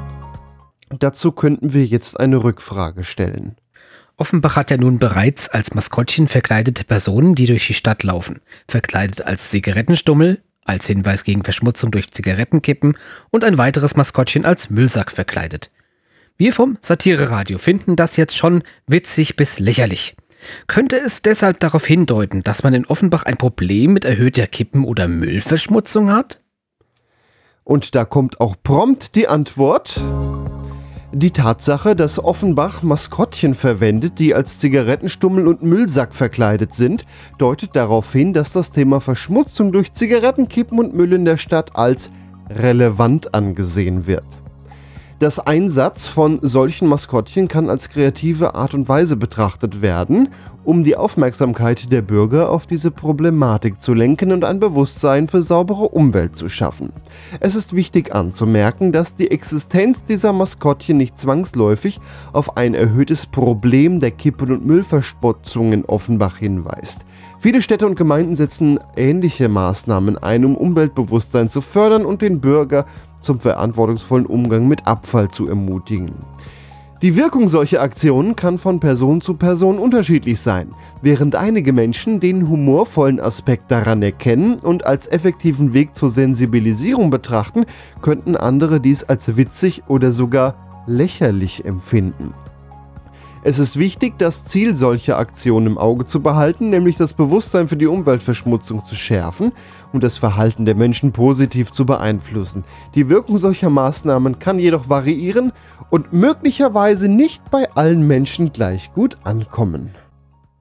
Dazu könnten wir jetzt eine Rückfrage stellen. Offenbach hat ja nun bereits als Maskottchen verkleidete Personen, die durch die Stadt laufen. Verkleidet als Zigarettenstummel, als Hinweis gegen Verschmutzung durch Zigarettenkippen und ein weiteres Maskottchen als Müllsack verkleidet. Wir vom Satire-Radio finden das jetzt schon witzig bis lächerlich. Könnte es deshalb darauf hindeuten, dass man in Offenbach ein Problem mit erhöhter Kippen- oder Müllverschmutzung hat? Und da kommt auch prompt die Antwort. Die Tatsache, dass Offenbach Maskottchen verwendet, die als Zigarettenstummel und Müllsack verkleidet sind, deutet darauf hin, dass das Thema Verschmutzung durch Zigarettenkippen und Müll in der Stadt als relevant angesehen wird. Das Einsatz von solchen Maskottchen kann als kreative Art und Weise betrachtet werden, um die Aufmerksamkeit der Bürger auf diese Problematik zu lenken und ein Bewusstsein für saubere Umwelt zu schaffen. Es ist wichtig anzumerken, dass die Existenz dieser Maskottchen nicht zwangsläufig auf ein erhöhtes Problem der Kippen- und Müllverschmutzung in Offenbach hinweist. Viele Städte und Gemeinden setzen ähnliche Maßnahmen ein, um Umweltbewusstsein zu fördern und den Bürger zum verantwortungsvollen Umgang mit Abfall zu ermutigen. Die Wirkung solcher Aktionen kann von Person zu Person unterschiedlich sein. Während einige Menschen den humorvollen Aspekt daran erkennen und als effektiven Weg zur Sensibilisierung betrachten, könnten andere dies als witzig oder sogar lächerlich empfinden. Es ist wichtig, das Ziel solcher Aktionen im Auge zu behalten, nämlich das Bewusstsein für die Umweltverschmutzung zu schärfen und das Verhalten der Menschen positiv zu beeinflussen. Die Wirkung solcher Maßnahmen kann jedoch variieren und möglicherweise nicht bei allen Menschen gleich gut ankommen.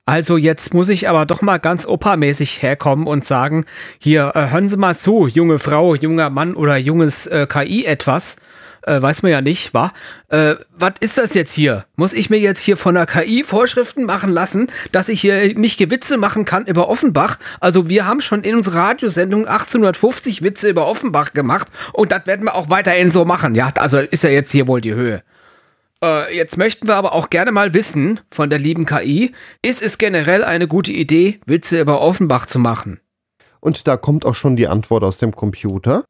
Also jetzt muss ich aber doch mal ganz opermäßig herkommen und sagen, hier, äh, hören Sie mal zu, junge Frau, junger Mann oder junges äh, K I etwas, äh, weiß man ja nicht, wa? Äh, was ist das jetzt hier? Muss ich mir jetzt hier von der K I Vorschriften machen lassen, dass ich hier nicht Gewitze machen kann über Offenbach? Also wir haben schon in unserer Radiosendung achtzehnhundertfünfzig Witze über Offenbach gemacht und das werden wir auch weiterhin so machen, ja? Also ist ja jetzt hier wohl die Höhe. Äh, jetzt möchten wir aber auch gerne mal wissen von der lieben K I, ist es generell eine gute Idee, Witze über Offenbach zu machen? Und da kommt auch schon die Antwort aus dem Computer.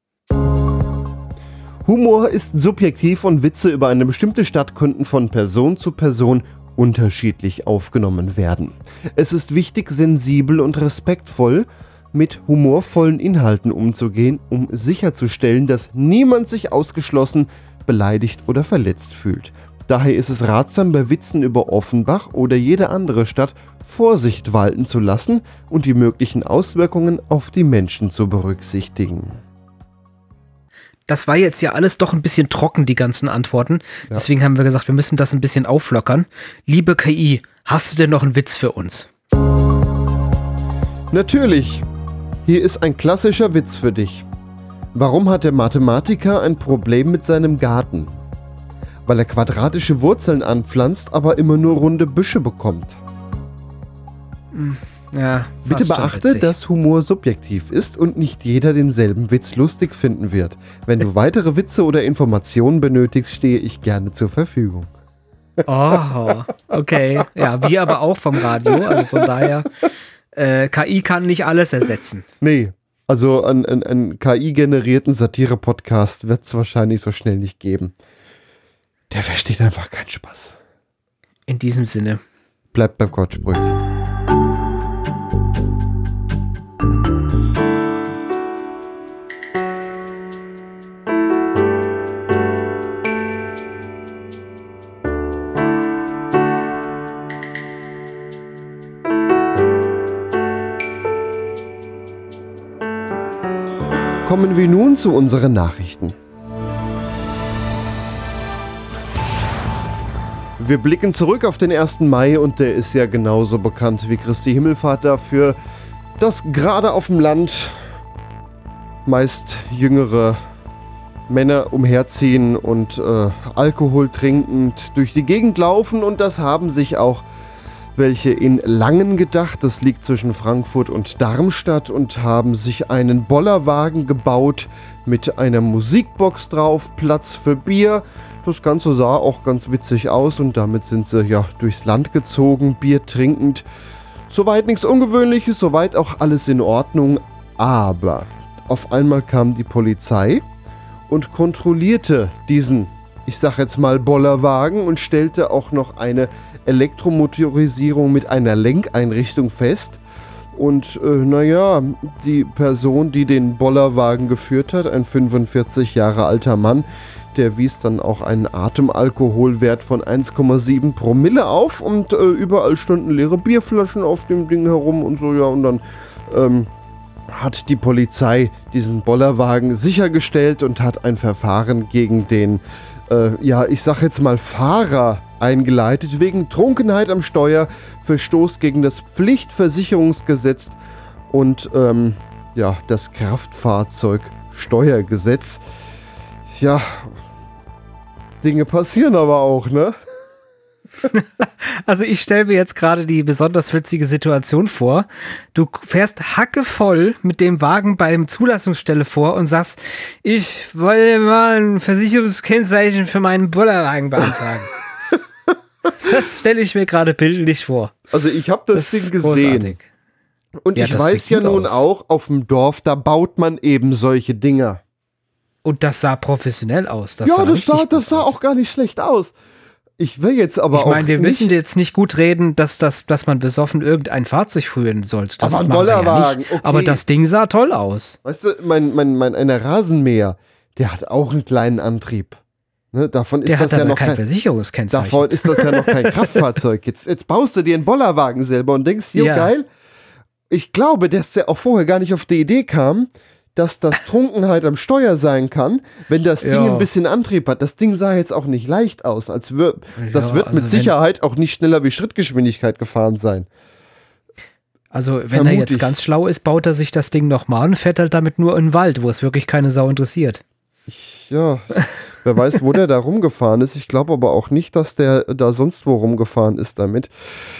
Humor ist subjektiv und Witze über eine bestimmte Stadt könnten von Person zu Person unterschiedlich aufgenommen werden. Es ist wichtig, sensibel und respektvoll mit humorvollen Inhalten umzugehen, um sicherzustellen, dass niemand sich ausgeschlossen, beleidigt oder verletzt fühlt. Daher ist es ratsam, bei Witzen über Offenbach oder jede andere Stadt Vorsicht walten zu lassen und die möglichen Auswirkungen auf die Menschen zu berücksichtigen. Das war jetzt ja alles doch ein bisschen trocken, die ganzen Antworten. Ja. Deswegen haben wir gesagt, wir müssen das ein bisschen auflockern. Liebe K I, hast du denn noch einen Witz für uns? Natürlich. Hier ist ein klassischer Witz für dich. Warum hat der Mathematiker ein Problem mit seinem Garten? Weil er quadratische Wurzeln anpflanzt, aber immer nur runde Büsche bekommt. Ja, bitte beachte, witzig. dass Humor subjektiv ist und nicht jeder denselben Witz lustig finden wird. Wenn du weitere Witze oder Informationen benötigst, stehe ich gerne zur Verfügung. Oh, okay. Ja, wir aber auch vom Radio, also von daher, äh, K I kann nicht alles ersetzen. Nee, also einen, einen, einen K I-generierten Satire-Podcast wird es wahrscheinlich so schnell nicht geben. Der versteht einfach keinen Spaß. In diesem Sinne. Bleibt beim Quatschbrötchen. Kommen wir nun zu unseren Nachrichten. Wir blicken zurück auf den ersten Mai und der ist ja genauso bekannt wie Christi Himmelfahrt dafür, dass gerade auf dem Land meist jüngere Männer umherziehen und äh, Alkohol trinkend durch die Gegend laufen, und das haben sich auch welche in Langen gedacht, das liegt zwischen Frankfurt und Darmstadt, und haben sich einen Bollerwagen gebaut mit einer Musikbox drauf, Platz für Bier. Das Ganze sah auch ganz witzig aus und damit sind sie ja durchs Land gezogen, Bier trinkend. Soweit nichts Ungewöhnliches, soweit auch alles in Ordnung, aber auf einmal kam die Polizei und kontrollierte diesen, ich sag jetzt mal, Bollerwagen und stellte auch noch eine Elektromotorisierung mit einer Lenkeinrichtung fest. Und äh, naja, die Person, die den Bollerwagen geführt hat, ein fünfundvierzig Jahre alter Mann, der wies dann auch einen Atemalkoholwert von eins Komma sieben Promille auf und äh, überall standen leere Bierflaschen auf dem Ding herum und so, ja, und dann ähm, hat die Polizei diesen Bollerwagen sichergestellt und hat ein Verfahren gegen den, äh, ja, ich sag jetzt mal Fahrer eingeleitet, wegen Trunkenheit am Steuer, Verstoß gegen das Pflichtversicherungsgesetz und ähm, ja, das Kraftfahrzeugsteuergesetz. Ja, Dinge passieren aber auch, ne? Also ich stelle mir jetzt gerade die besonders witzige Situation vor. Du fährst hackevoll mit dem Wagen bei der Zulassungsstelle vor und sagst, ich wollte mal ein Versicherungskennzeichen für meinen Bollerwagen beantragen. Das stelle ich mir gerade bildlich vor. Also ich habe das, das Ding gesehen. Großartig. Und ja, ich weiß ja nun aus. auch, auf dem Dorf, da baut man eben solche Dinger. Und das sah professionell aus. Das ja, sah das, sah, das sah auch gar nicht schlecht aus. Ich will jetzt aber ich mein, auch Ich meine, wir nicht müssen jetzt nicht gut reden, dass, das, dass man besoffen irgendein Fahrzeug führen sollte. Das aber ein Bollerwagen, ja okay. Aber das Ding sah toll aus. Weißt du, mein, mein, mein einer Rasenmäher, der hat auch einen kleinen Antrieb. Ne, davon ist der das hat ja noch kein kein Versicherungskennzeichen. Davon ist das ja noch kein Kraftfahrzeug. Jetzt, jetzt baust du dir einen Bollerwagen selber und denkst, jo, ja. geil. Ich glaube, dass der auch vorher gar nicht auf die Idee kam, dass das Trunkenheit am Steuer sein kann, wenn das Ding ja. ein bisschen Antrieb hat. Das Ding sah jetzt auch nicht leicht aus. Als wir, das ja, wird also mit Sicherheit auch nicht schneller wie Schrittgeschwindigkeit gefahren sein. Also wenn Vermut er jetzt ich. ganz schlau ist, baut er sich das Ding nochmal und fährt halt damit nur in den Wald, wo es wirklich keine Sau interessiert. Ja, wer weiß, wo der da rumgefahren ist. Ich glaube aber auch nicht, dass der da sonst wo rumgefahren ist damit.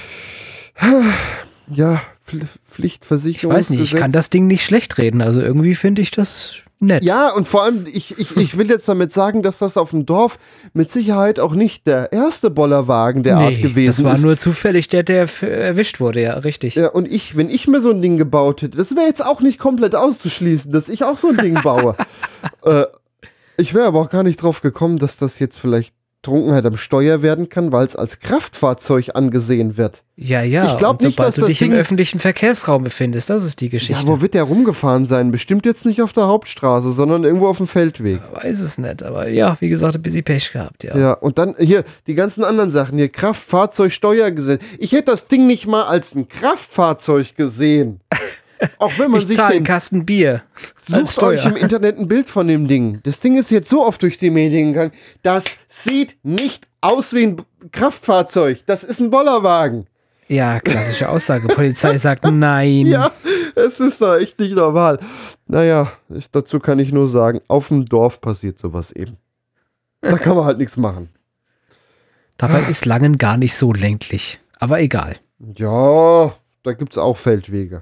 Ja, Pfl- Ich Pflichtversicherungsgesetz. weiß nicht, ich kann das Ding nicht schlecht reden. Also irgendwie finde ich das nett. Ja, und vor allem, ich, ich, ich will jetzt damit sagen, dass das auf dem Dorf mit Sicherheit auch nicht der erste Bollerwagen der Art gewesen das war ist. nur zufällig der, der f- erwischt wurde, ja, richtig. Ja, und ich, wenn ich mir so ein Ding gebaut hätte, das wäre jetzt auch nicht komplett auszuschließen, dass ich auch so ein Ding baue. äh, ich wäre aber auch gar nicht drauf gekommen, dass das jetzt vielleicht Trunkenheit am Steuer werden kann, weil es als Kraftfahrzeug angesehen wird. Ja, ja. Ich glaub und nicht, sobald dass du das dich im Ding- öffentlichen Verkehrsraum befindest, das ist die Geschichte. Ja, wo wird der rumgefahren sein? Bestimmt jetzt nicht auf der Hauptstraße, sondern irgendwo auf dem Feldweg. Weiß es nicht, aber ja, wie gesagt, ein bisschen Pech gehabt, ja. Ja, und dann hier die ganzen anderen Sachen, hier Kraftfahrzeugsteuergesetz. Ich hätte das Ding nicht mal als ein Kraftfahrzeug gesehen. Auch wenn man Ich sich zahle einen den Kasten Bier. als Sucht euch Steuer. im Internet ein Bild von dem Ding. Das Ding ist jetzt so oft durch die Medien gegangen. Das sieht nicht aus wie ein B- Kraftfahrzeug. Das ist ein Bollerwagen. Ja, klassische Aussage. Polizei sagt nein. Ja, es ist doch echt nicht normal. Naja, ich, dazu kann ich nur sagen, auf dem Dorf passiert sowas eben. Da kann man halt nichts machen. Dabei ist Langen gar nicht so ländlich. Aber egal. Ja, da gibt es auch Feldwege.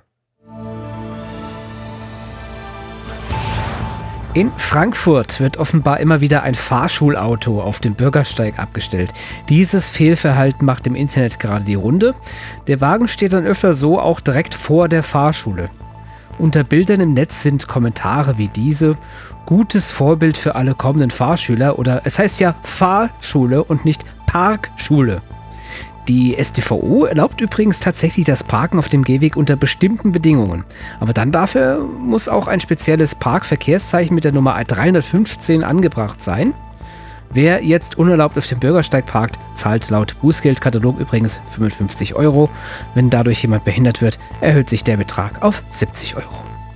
In Frankfurt wird offenbar immer wieder ein Fahrschulauto auf dem Bürgersteig abgestellt. Dieses Fehlverhalten macht im Internet gerade die Runde. Der Wagen steht dann öfter so auch direkt vor der Fahrschule. Unter Bildern im Netz sind Kommentare wie diese: gutes Vorbild für alle kommenden Fahrschüler, oder es heißt ja Fahrschule und nicht Parkschule. Die S t V O erlaubt übrigens tatsächlich das Parken auf dem Gehweg unter bestimmten Bedingungen. Aber dann dafür muss auch ein spezielles Parkverkehrszeichen mit der Nummer dreihundertfünfzehn angebracht sein. Wer jetzt unerlaubt auf dem Bürgersteig parkt, zahlt laut Bußgeldkatalog übrigens fünfundfünfzig Euro. Wenn dadurch jemand behindert wird, erhöht sich der Betrag auf siebzig Euro.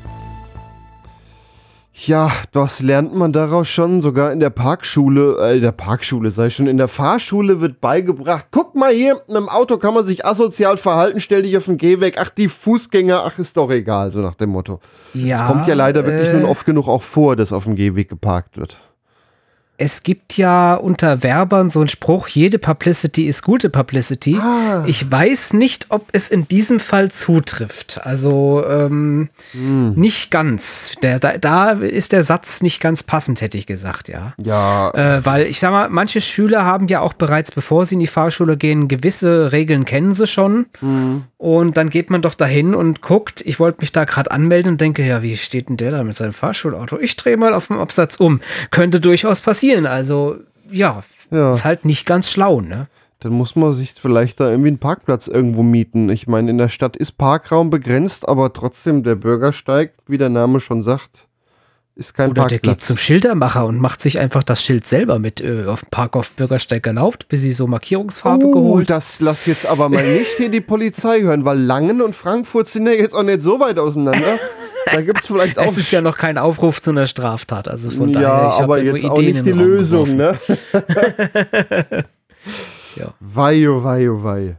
Ja, was lernt man daraus schon? Sogar in der Parkschule, äh, in der Parkschule, sei schon, in der Fahrschule wird beigebracht, guck mal hier, mit einem Auto kann man sich asozial verhalten, stell dich auf den Gehweg, ach, die Fußgänger, ach, ist doch egal, so nach dem Motto. Ja, Es kommt ja leider wirklich äh, nun oft genug auch vor, dass auf dem Gehweg geparkt wird. Es gibt ja unter Werbern so einen Spruch, jede Publicity ist gute Publicity. Ah. Ich weiß nicht, ob es in diesem Fall zutrifft. Also ähm, Hm. nicht ganz. Der, da, da ist der Satz nicht ganz passend, hätte ich gesagt, ja. Ja, Äh, weil ich sag mal, manche Schüler haben ja auch bereits, bevor sie in die Fahrschule gehen, gewisse Regeln kennen sie schon. hm. Und dann geht man doch dahin und guckt, ich wollte mich da gerade anmelden und denke, ja, wie steht denn der da mit seinem Fahrschulauto? Ich drehe mal auf dem Absatz um. Könnte durchaus passieren. Also, ja, Ja. ist halt nicht ganz schlau, ne? Dann muss man sich vielleicht da irgendwie einen Parkplatz irgendwo mieten. Ich meine, in der Stadt ist Parkraum begrenzt, aber trotzdem der Bürgersteig, wie der Name schon sagt, ist kein Oder der geht Parkplatz. zum Schildermacher und macht sich einfach das Schild selber mit äh, auf dem Park auf dem Bürgersteig erlaubt, bis sie so Markierungsfarbe Oh, geholt. das lass jetzt aber mal nicht hier die Polizei hören, weil Langen und Frankfurt sind ja jetzt auch nicht so weit auseinander. Da gibt es vielleicht auch... Es ist ja noch kein Aufruf zu einer Straftat, also von ja, daher, ich hab aber ja nur jetzt auch Ideen nicht die in den Raum Lösung, geworfen. ne? Ja. Wei, oh wei, oh wei.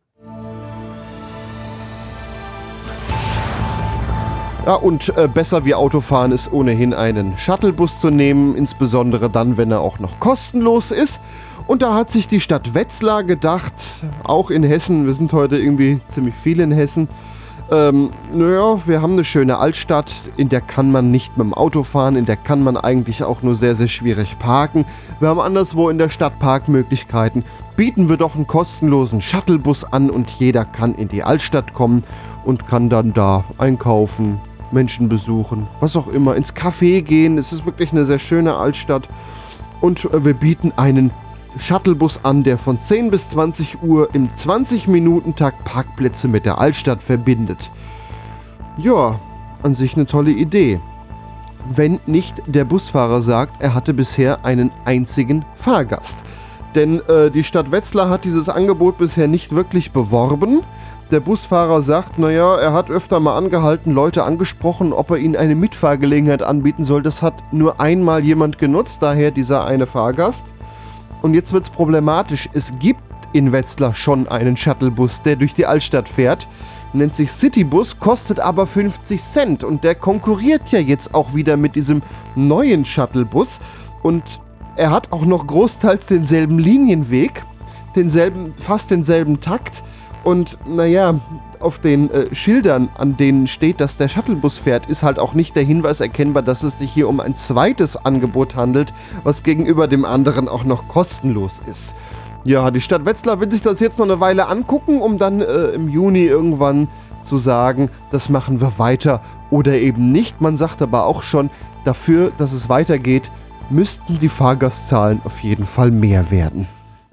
Ja, und äh, besser wie Autofahren ist ohnehin einen Shuttlebus zu nehmen, insbesondere dann, wenn er auch noch kostenlos ist. Und da hat sich die Stadt Wetzlar gedacht, auch in Hessen, wir sind heute irgendwie ziemlich viel in Hessen, ähm, naja, wir haben eine schöne Altstadt, in der kann man nicht mit dem Auto fahren, in der kann man eigentlich auch nur sehr, sehr schwierig parken. Wir haben anderswo in der Stadt Parkmöglichkeiten. Bieten wir doch einen kostenlosen Shuttlebus an und jeder kann in die Altstadt kommen und kann dann da einkaufen, Menschen besuchen, was auch immer, ins Café gehen. Es ist wirklich eine sehr schöne Altstadt. Und äh, wir bieten einen Shuttlebus an, der von zehn bis zwanzig Uhr im zwanzig-Minuten-Takt Parkplätze mit der Altstadt verbindet. Ja, an sich eine tolle Idee. Wenn nicht der Busfahrer sagt, er hatte bisher einen einzigen Fahrgast. Denn äh, die Stadt Wetzlar hat dieses Angebot bisher nicht wirklich beworben. Der Busfahrer sagt, naja, er hat öfter mal angehalten, Leute angesprochen, ob er ihnen eine Mitfahrgelegenheit anbieten soll. Das hat nur einmal jemand genutzt, daher dieser eine Fahrgast. Und jetzt wird's problematisch. Es gibt in Wetzlar schon einen Shuttlebus, der durch die Altstadt fährt. nennt sich Citybus, kostet aber fünfzig Cent und der konkurriert ja jetzt auch wieder mit diesem neuen Shuttlebus und er hat auch noch großteils denselben Linienweg, denselben, fast denselben Takt und naja, auf den äh, Schildern, an denen steht, dass der Shuttlebus fährt, ist halt auch nicht der Hinweis erkennbar, dass es sich hier um ein zweites Angebot handelt, was gegenüber dem anderen auch noch kostenlos ist. Ja, die Stadt Wetzlar will sich das jetzt noch eine Weile angucken, um dann äh, im Juni irgendwann zu sagen, das machen wir weiter oder eben nicht. Man sagt aber auch schon, dafür, dass es weitergeht, müssten die Fahrgastzahlen auf jeden Fall mehr werden.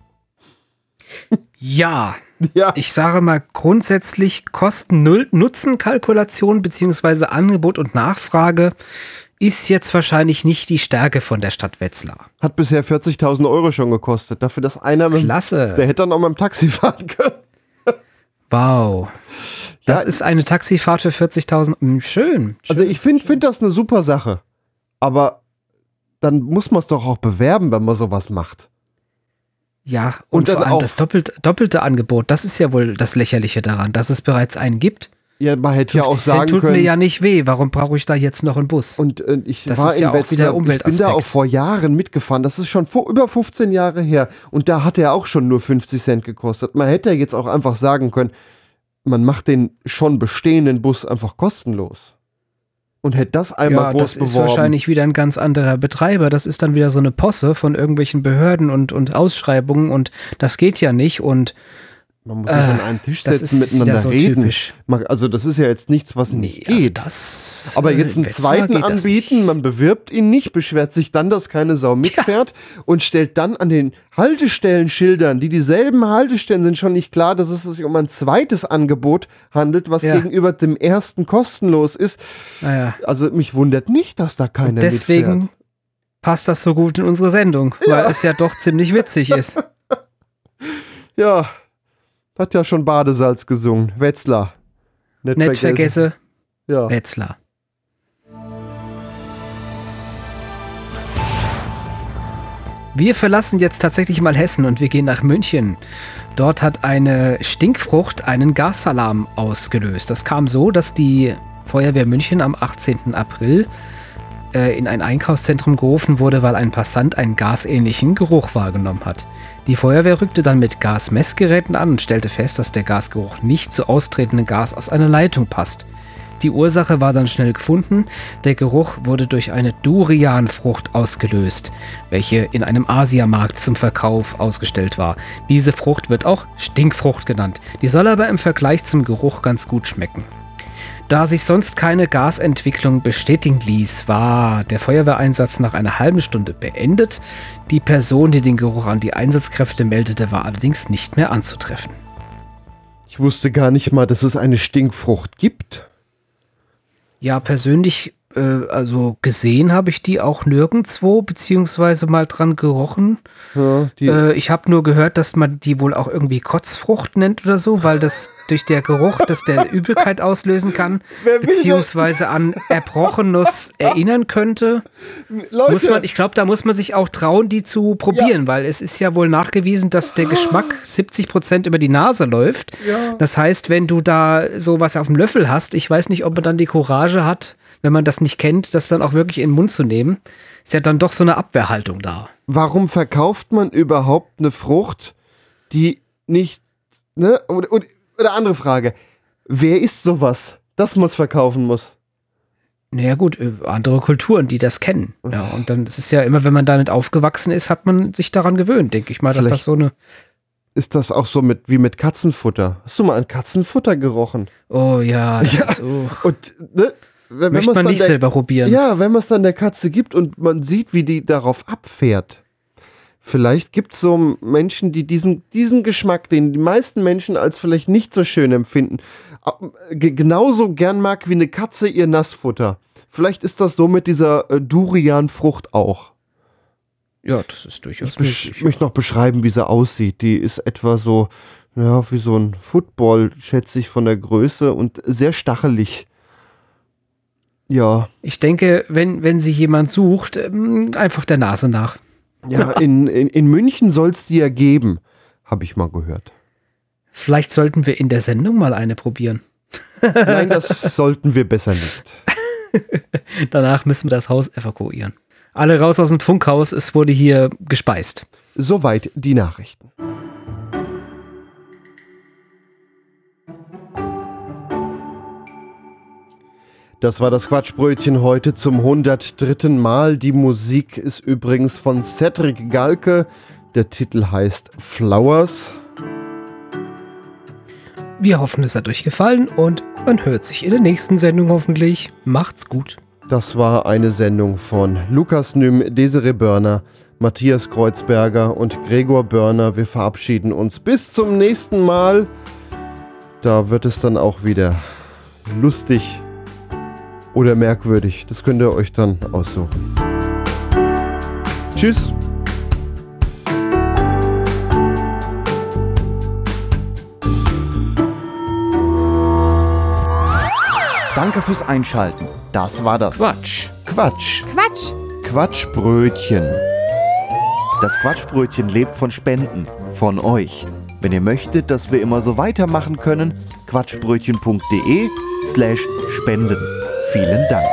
Ja. Ja. Ich sage mal grundsätzlich Kosten-Nutzen-Kalkulation bzw. Angebot und Nachfrage ist jetzt wahrscheinlich nicht die Stärke von der Stadt Wetzlar. Hat bisher vierzigtausend Euro schon gekostet. Dafür, dass einer mit Klasse. Der hätte dann auch mit dem Taxi fahren können. Wow. Das Ja, ist eine Taxifahrt für vierzigtausend. Schön, schön. Also ich finde find das eine super Sache. Aber dann muss man es doch auch bewerben, wenn man sowas macht. Ja, und, Und dann vor allem auch- das doppelte, doppelte Angebot, das ist ja wohl das Lächerliche daran, dass es bereits einen gibt. Ja, man hätte ja auch fünfzig Cent sagen tut können. mir ja nicht weh, warum brauche ich da jetzt noch einen Bus? Und äh, ich Das war ist ja in auch wieder Wetzlar, ich bin Umweltaspekt. da auch vor Jahren mitgefahren. Das ist schon vor, über fünfzehn Jahre her. Und da hat er auch schon nur fünfzig Cent gekostet. Man hätte ja jetzt auch einfach sagen können, man macht den schon bestehenden Bus einfach kostenlos. Und hätte das einmal ja, groß das ist beworben. wahrscheinlich wieder ein ganz anderer Betreiber. Das ist dann wieder so eine Posse von irgendwelchen Behörden und, und Ausschreibungen und das geht ja nicht und Man muss sich äh, an einen Tisch das setzen, ist miteinander wieder so reden. typisch. Man- Also das ist ja jetzt nichts, was nicht Nee, also geht. das, Aber äh, jetzt in einen Wetzlar zweiten geht das anbieten, nicht. man bewirbt ihn nicht, beschwert sich dann, dass keine Sau mitfährt und stellt dann an den Haltestellen Schildern, die dieselben Haltestellen sind, schon nicht klar, dass es sich um ein zweites Angebot handelt, was Ja. gegenüber dem ersten kostenlos ist. Naja. Also mich wundert nicht, dass da keiner Und deswegen mitfährt. passt das so gut in unsere Sendung, weil es ja doch ziemlich witzig ist. Ja, hat ja schon Badesalz gesungen. Wetzlar. Nicht, Nicht vergesse, Ja. Wetzlar. Wir verlassen jetzt tatsächlich mal Hessen und wir gehen nach München. Dort hat eine Stinkfrucht einen Gasalarm ausgelöst. Das kam so, dass die Feuerwehr München am achtzehnten April äh, in ein Einkaufszentrum gerufen wurde, weil ein Passant einen gasähnlichen Geruch wahrgenommen hat. Die Feuerwehr rückte dann mit Gasmessgeräten an und stellte fest, dass der Gasgeruch nicht zu austretendem Gas aus einer Leitung passt. Die Ursache war dann schnell gefunden. Der Geruch wurde durch eine Durianfrucht ausgelöst, welche in einem Asiamarkt zum Verkauf ausgestellt war. Diese Frucht wird auch Stinkfrucht genannt. Die soll aber im Vergleich zum Geruch ganz gut schmecken. Da sich sonst keine Gasentwicklung bestätigen ließ, war der Feuerwehreinsatz nach einer halben Stunde beendet. Die Person, die den Geruch an die Einsatzkräfte meldete, war allerdings nicht mehr anzutreffen. Ich wusste gar nicht mal, dass es eine Stinkfrucht gibt. Ja, persönlich, äh, also gesehen habe ich die auch nirgendwo, beziehungsweise mal dran gerochen. Ja, die, Äh, ich habe nur gehört, dass man die wohl auch irgendwie Kotzfrucht nennt oder so, weil das durch der Geruch, dass der Übelkeit auslösen kann, Wer will beziehungsweise an Erbrochenes erinnern könnte. Leute, Muss man, ich glaube, da muss man sich auch trauen, die zu probieren, weil es ist ja wohl nachgewiesen, dass der Geschmack siebzig Prozent über die Nase läuft. Ja. Das heißt, wenn du da sowas auf dem Löffel hast, ich weiß nicht, ob man dann die Courage hat, wenn man das nicht kennt, das dann auch wirklich in den Mund zu nehmen. Ist ja dann doch so eine Abwehrhaltung da. warum verkauft man überhaupt eine Frucht, die nicht, ne? Oder, oder, oder andere Frage, wer isst sowas, dass man es verkaufen muss? Naja gut, äh, andere Kulturen, die das kennen. Ja, und dann ist es ja immer, wenn man damit aufgewachsen ist, hat man sich daran gewöhnt, denke ich mal, dass Vielleicht- das so eine... Ist das auch so mit, wie mit Katzenfutter? Hast du mal an Katzenfutter gerochen? Oh ja, das Ja. ist... Oh. Und, ne? Wenn, Möchte man's man dann nicht der, selber probieren. Ja, wenn man es dann der Katze gibt und man sieht, wie die darauf abfährt. Vielleicht gibt es so Menschen, die diesen, diesen Geschmack, den die meisten Menschen als vielleicht nicht so schön empfinden, ge- genauso gern mag wie eine Katze ihr Nassfutter. Vielleicht ist das so mit dieser äh, Durianfrucht auch. Ja, das ist durchaus Ich besch- möglich. möchte noch beschreiben, wie sie aussieht. Die ist etwa so, ja, wie so ein Football, schätze ich, von der Größe und sehr stachelig. Ja, Ich denke, wenn, wenn sie jemand sucht, ähm, einfach der Nase nach. ja in, in, in München soll es die ja geben, habe ich mal gehört. Vielleicht sollten wir in der Sendung mal eine probieren. Nein, das sollten wir besser nicht. Danach müssen wir das Haus evakuieren. Alle raus aus dem Funkhaus, es wurde hier gespeist. Soweit die Nachrichten. Das war das Quatschbrötchen heute zum hundertdritten Mal. Die Musik ist übrigens von Cedric Galke. Der Titel heißt Flowers. Wir hoffen, es hat euch gefallen und man hört sich in der nächsten Sendung hoffentlich. Macht's gut. Das war eine Sendung von Lukas Nüm, Desiree Börner, Matthias Kreuzberger und Gregor Börner. Wir verabschieden uns bis zum nächsten Mal. Da wird es dann auch wieder lustig oder merkwürdig. Das könnt ihr euch dann aussuchen. Tschüss. Danke fürs Einschalten. Das war das Quatsch. Quatsch. Quatsch. Quatschbrötchen. Das Quatschbrötchen lebt von Spenden. Von euch. Wenn ihr möchtet, dass wir immer so weitermachen können, quatschbrötchen.de slash spenden. Vielen Dank.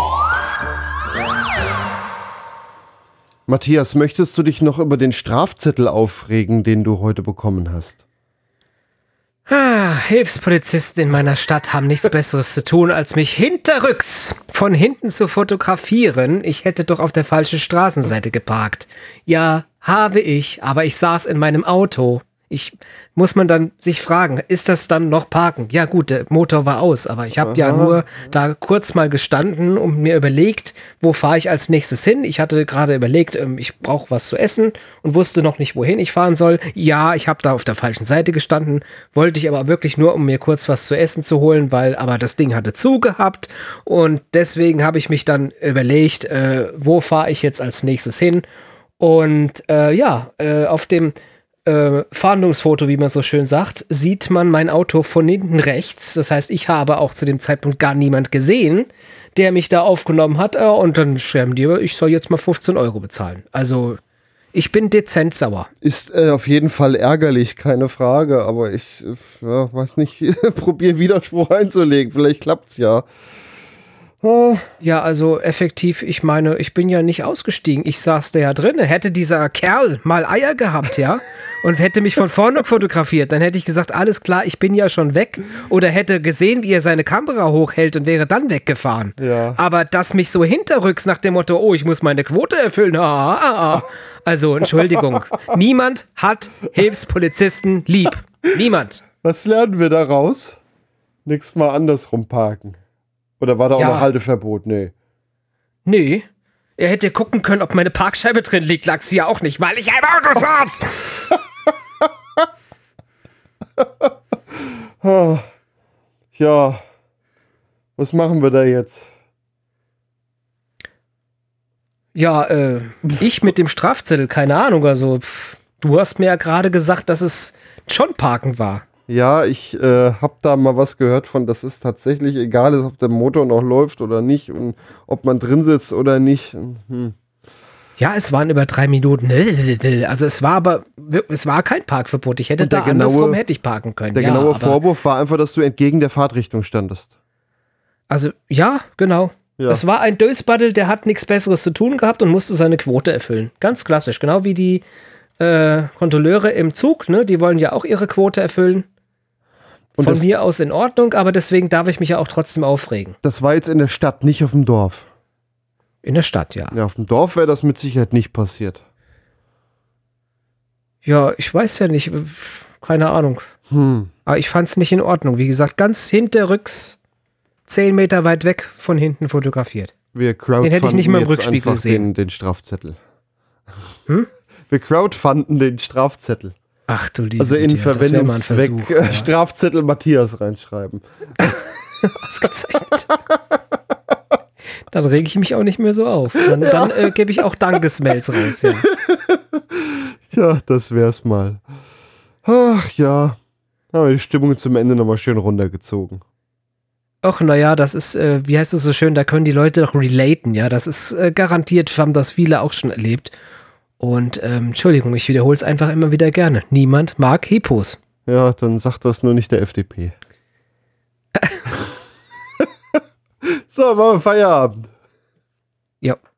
Matthias, möchtest du dich noch über den Strafzettel aufregen, den du heute bekommen hast? Ah, Hilfspolizisten in meiner Stadt haben nichts Besseres zu tun, als mich hinterrücks von hinten zu fotografieren. Ich hätte doch auf der falschen Straßenseite geparkt. Ja, habe ich, aber ich saß in meinem Auto. Ich muss man dann sich fragen, ist das dann noch Parken? Ja gut, der Motor war aus, aber ich habe ja nur da kurz mal gestanden und mir überlegt, wo fahre ich als nächstes hin? Ich hatte gerade überlegt, ähm, ich brauche was zu essen und wusste noch nicht, wohin ich fahren soll. Ja, ich habe da auf der falschen Seite gestanden, wollte ich aber wirklich nur, um mir kurz was zu essen zu holen, weil aber das Ding hatte zugehabt und deswegen habe ich mich dann überlegt, äh, wo fahre ich jetzt als nächstes hin? Und äh, ja, äh, auf dem Äh, Fahndungsfoto, wie man so schön sagt, sieht man mein Auto von hinten rechts. Das heißt, ich habe auch zu dem Zeitpunkt gar niemand gesehen, der mich da aufgenommen hat. Äh, und dann schreiben die, ich soll jetzt mal fünfzehn Euro bezahlen. Also, ich bin dezent sauer. Ist äh, auf jeden Fall ärgerlich, keine Frage. Aber ich äh, ja, weiß nicht, probier Widerspruch einzulegen. Vielleicht klappt's ja. Ja, also effektiv, ich meine, ich bin ja nicht ausgestiegen. Ich saß da ja drin. Hätte dieser Kerl mal Eier gehabt, ja, und hätte mich von vorne fotografiert, dann hätte ich gesagt, alles klar, ich bin ja schon weg. Oder hätte gesehen, wie er seine Kamera hochhält und wäre dann weggefahren. Ja. Aber dass mich so hinterrücks nach dem Motto, oh, ich muss meine Quote erfüllen, ah, ah, ah. Also, Entschuldigung, niemand hat Hilfspolizisten lieb. Niemand. Was lernen wir daraus? Nächstes Mal andersrum parken. Oder war da auch Ja. noch Halteverbot? Nee. Nee. Er hätte gucken können, ob meine Parkscheibe drin liegt. Lag sie ja auch nicht, weil ich im Auto saß. Ah, ja. Was machen wir da jetzt? Ja, äh, ich mit dem Strafzettel, keine Ahnung. Also, pff, du hast mir ja gerade gesagt, dass es schon Parken war. Ja, ich äh, hab da mal was gehört von, dass es tatsächlich egal ist, ob der Motor noch läuft oder nicht und ob man drin sitzt oder nicht. Hm. Ja, es waren über drei Minuten. Also es war aber, es war kein Parkverbot. Ich hätte Und der da genaue- andersrum hätte ich parken können. Der ja, genaue aber, Vorwurf war einfach, dass du entgegen der Fahrtrichtung standest. Also ja, genau. Ja. Es war ein Dösbaddel, der hat nichts Besseres zu tun gehabt und musste seine Quote erfüllen. Ganz klassisch. Genau wie die äh, Kontrolleure im Zug, ne? Die wollen ja auch ihre Quote erfüllen. Und Von das, mir aus in Ordnung, aber deswegen darf ich mich ja auch trotzdem aufregen. das war jetzt in der Stadt, nicht auf dem Dorf. In der Stadt, ja. Ja, auf dem Dorf wäre das mit Sicherheit nicht passiert. Ja, ich weiß ja nicht. Keine Ahnung. Hm. Aber ich fand es nicht in Ordnung. Wie gesagt, ganz hinterrücks, zehn Meter weit weg von hinten fotografiert. Wir Den hätte ich nicht crowdfunden mal im jetzt Rückspiegel einfach gesehen. den, den Strafzettel. Hm? Wir crowdfunden den Strafzettel. Ach du liebe Also in Güte, das wär mal ein Verwendungszweck Versuch, äh, ja. Strafzettel Matthias reinschreiben. Ausgezeichnet. Dann rege ich mich auch nicht mehr so auf. Dann, Ja. dann äh, gebe ich auch Dankesmails raus, ja. Ja, das wär's mal. Ach ja. Haben wir die Stimmung zum Ende nochmal schön runtergezogen. Ach, naja, das ist, äh, wie heißt es so schön, da können die Leute doch relaten, ja. Das ist äh, garantiert, haben das viele auch schon erlebt. Und, ähm, Entschuldigung, ich wiederhole es einfach immer wieder gerne. Niemand mag Hippos. Ja, dann sagt das nur nicht der F D P. So, machen wir Feierabend. Ja.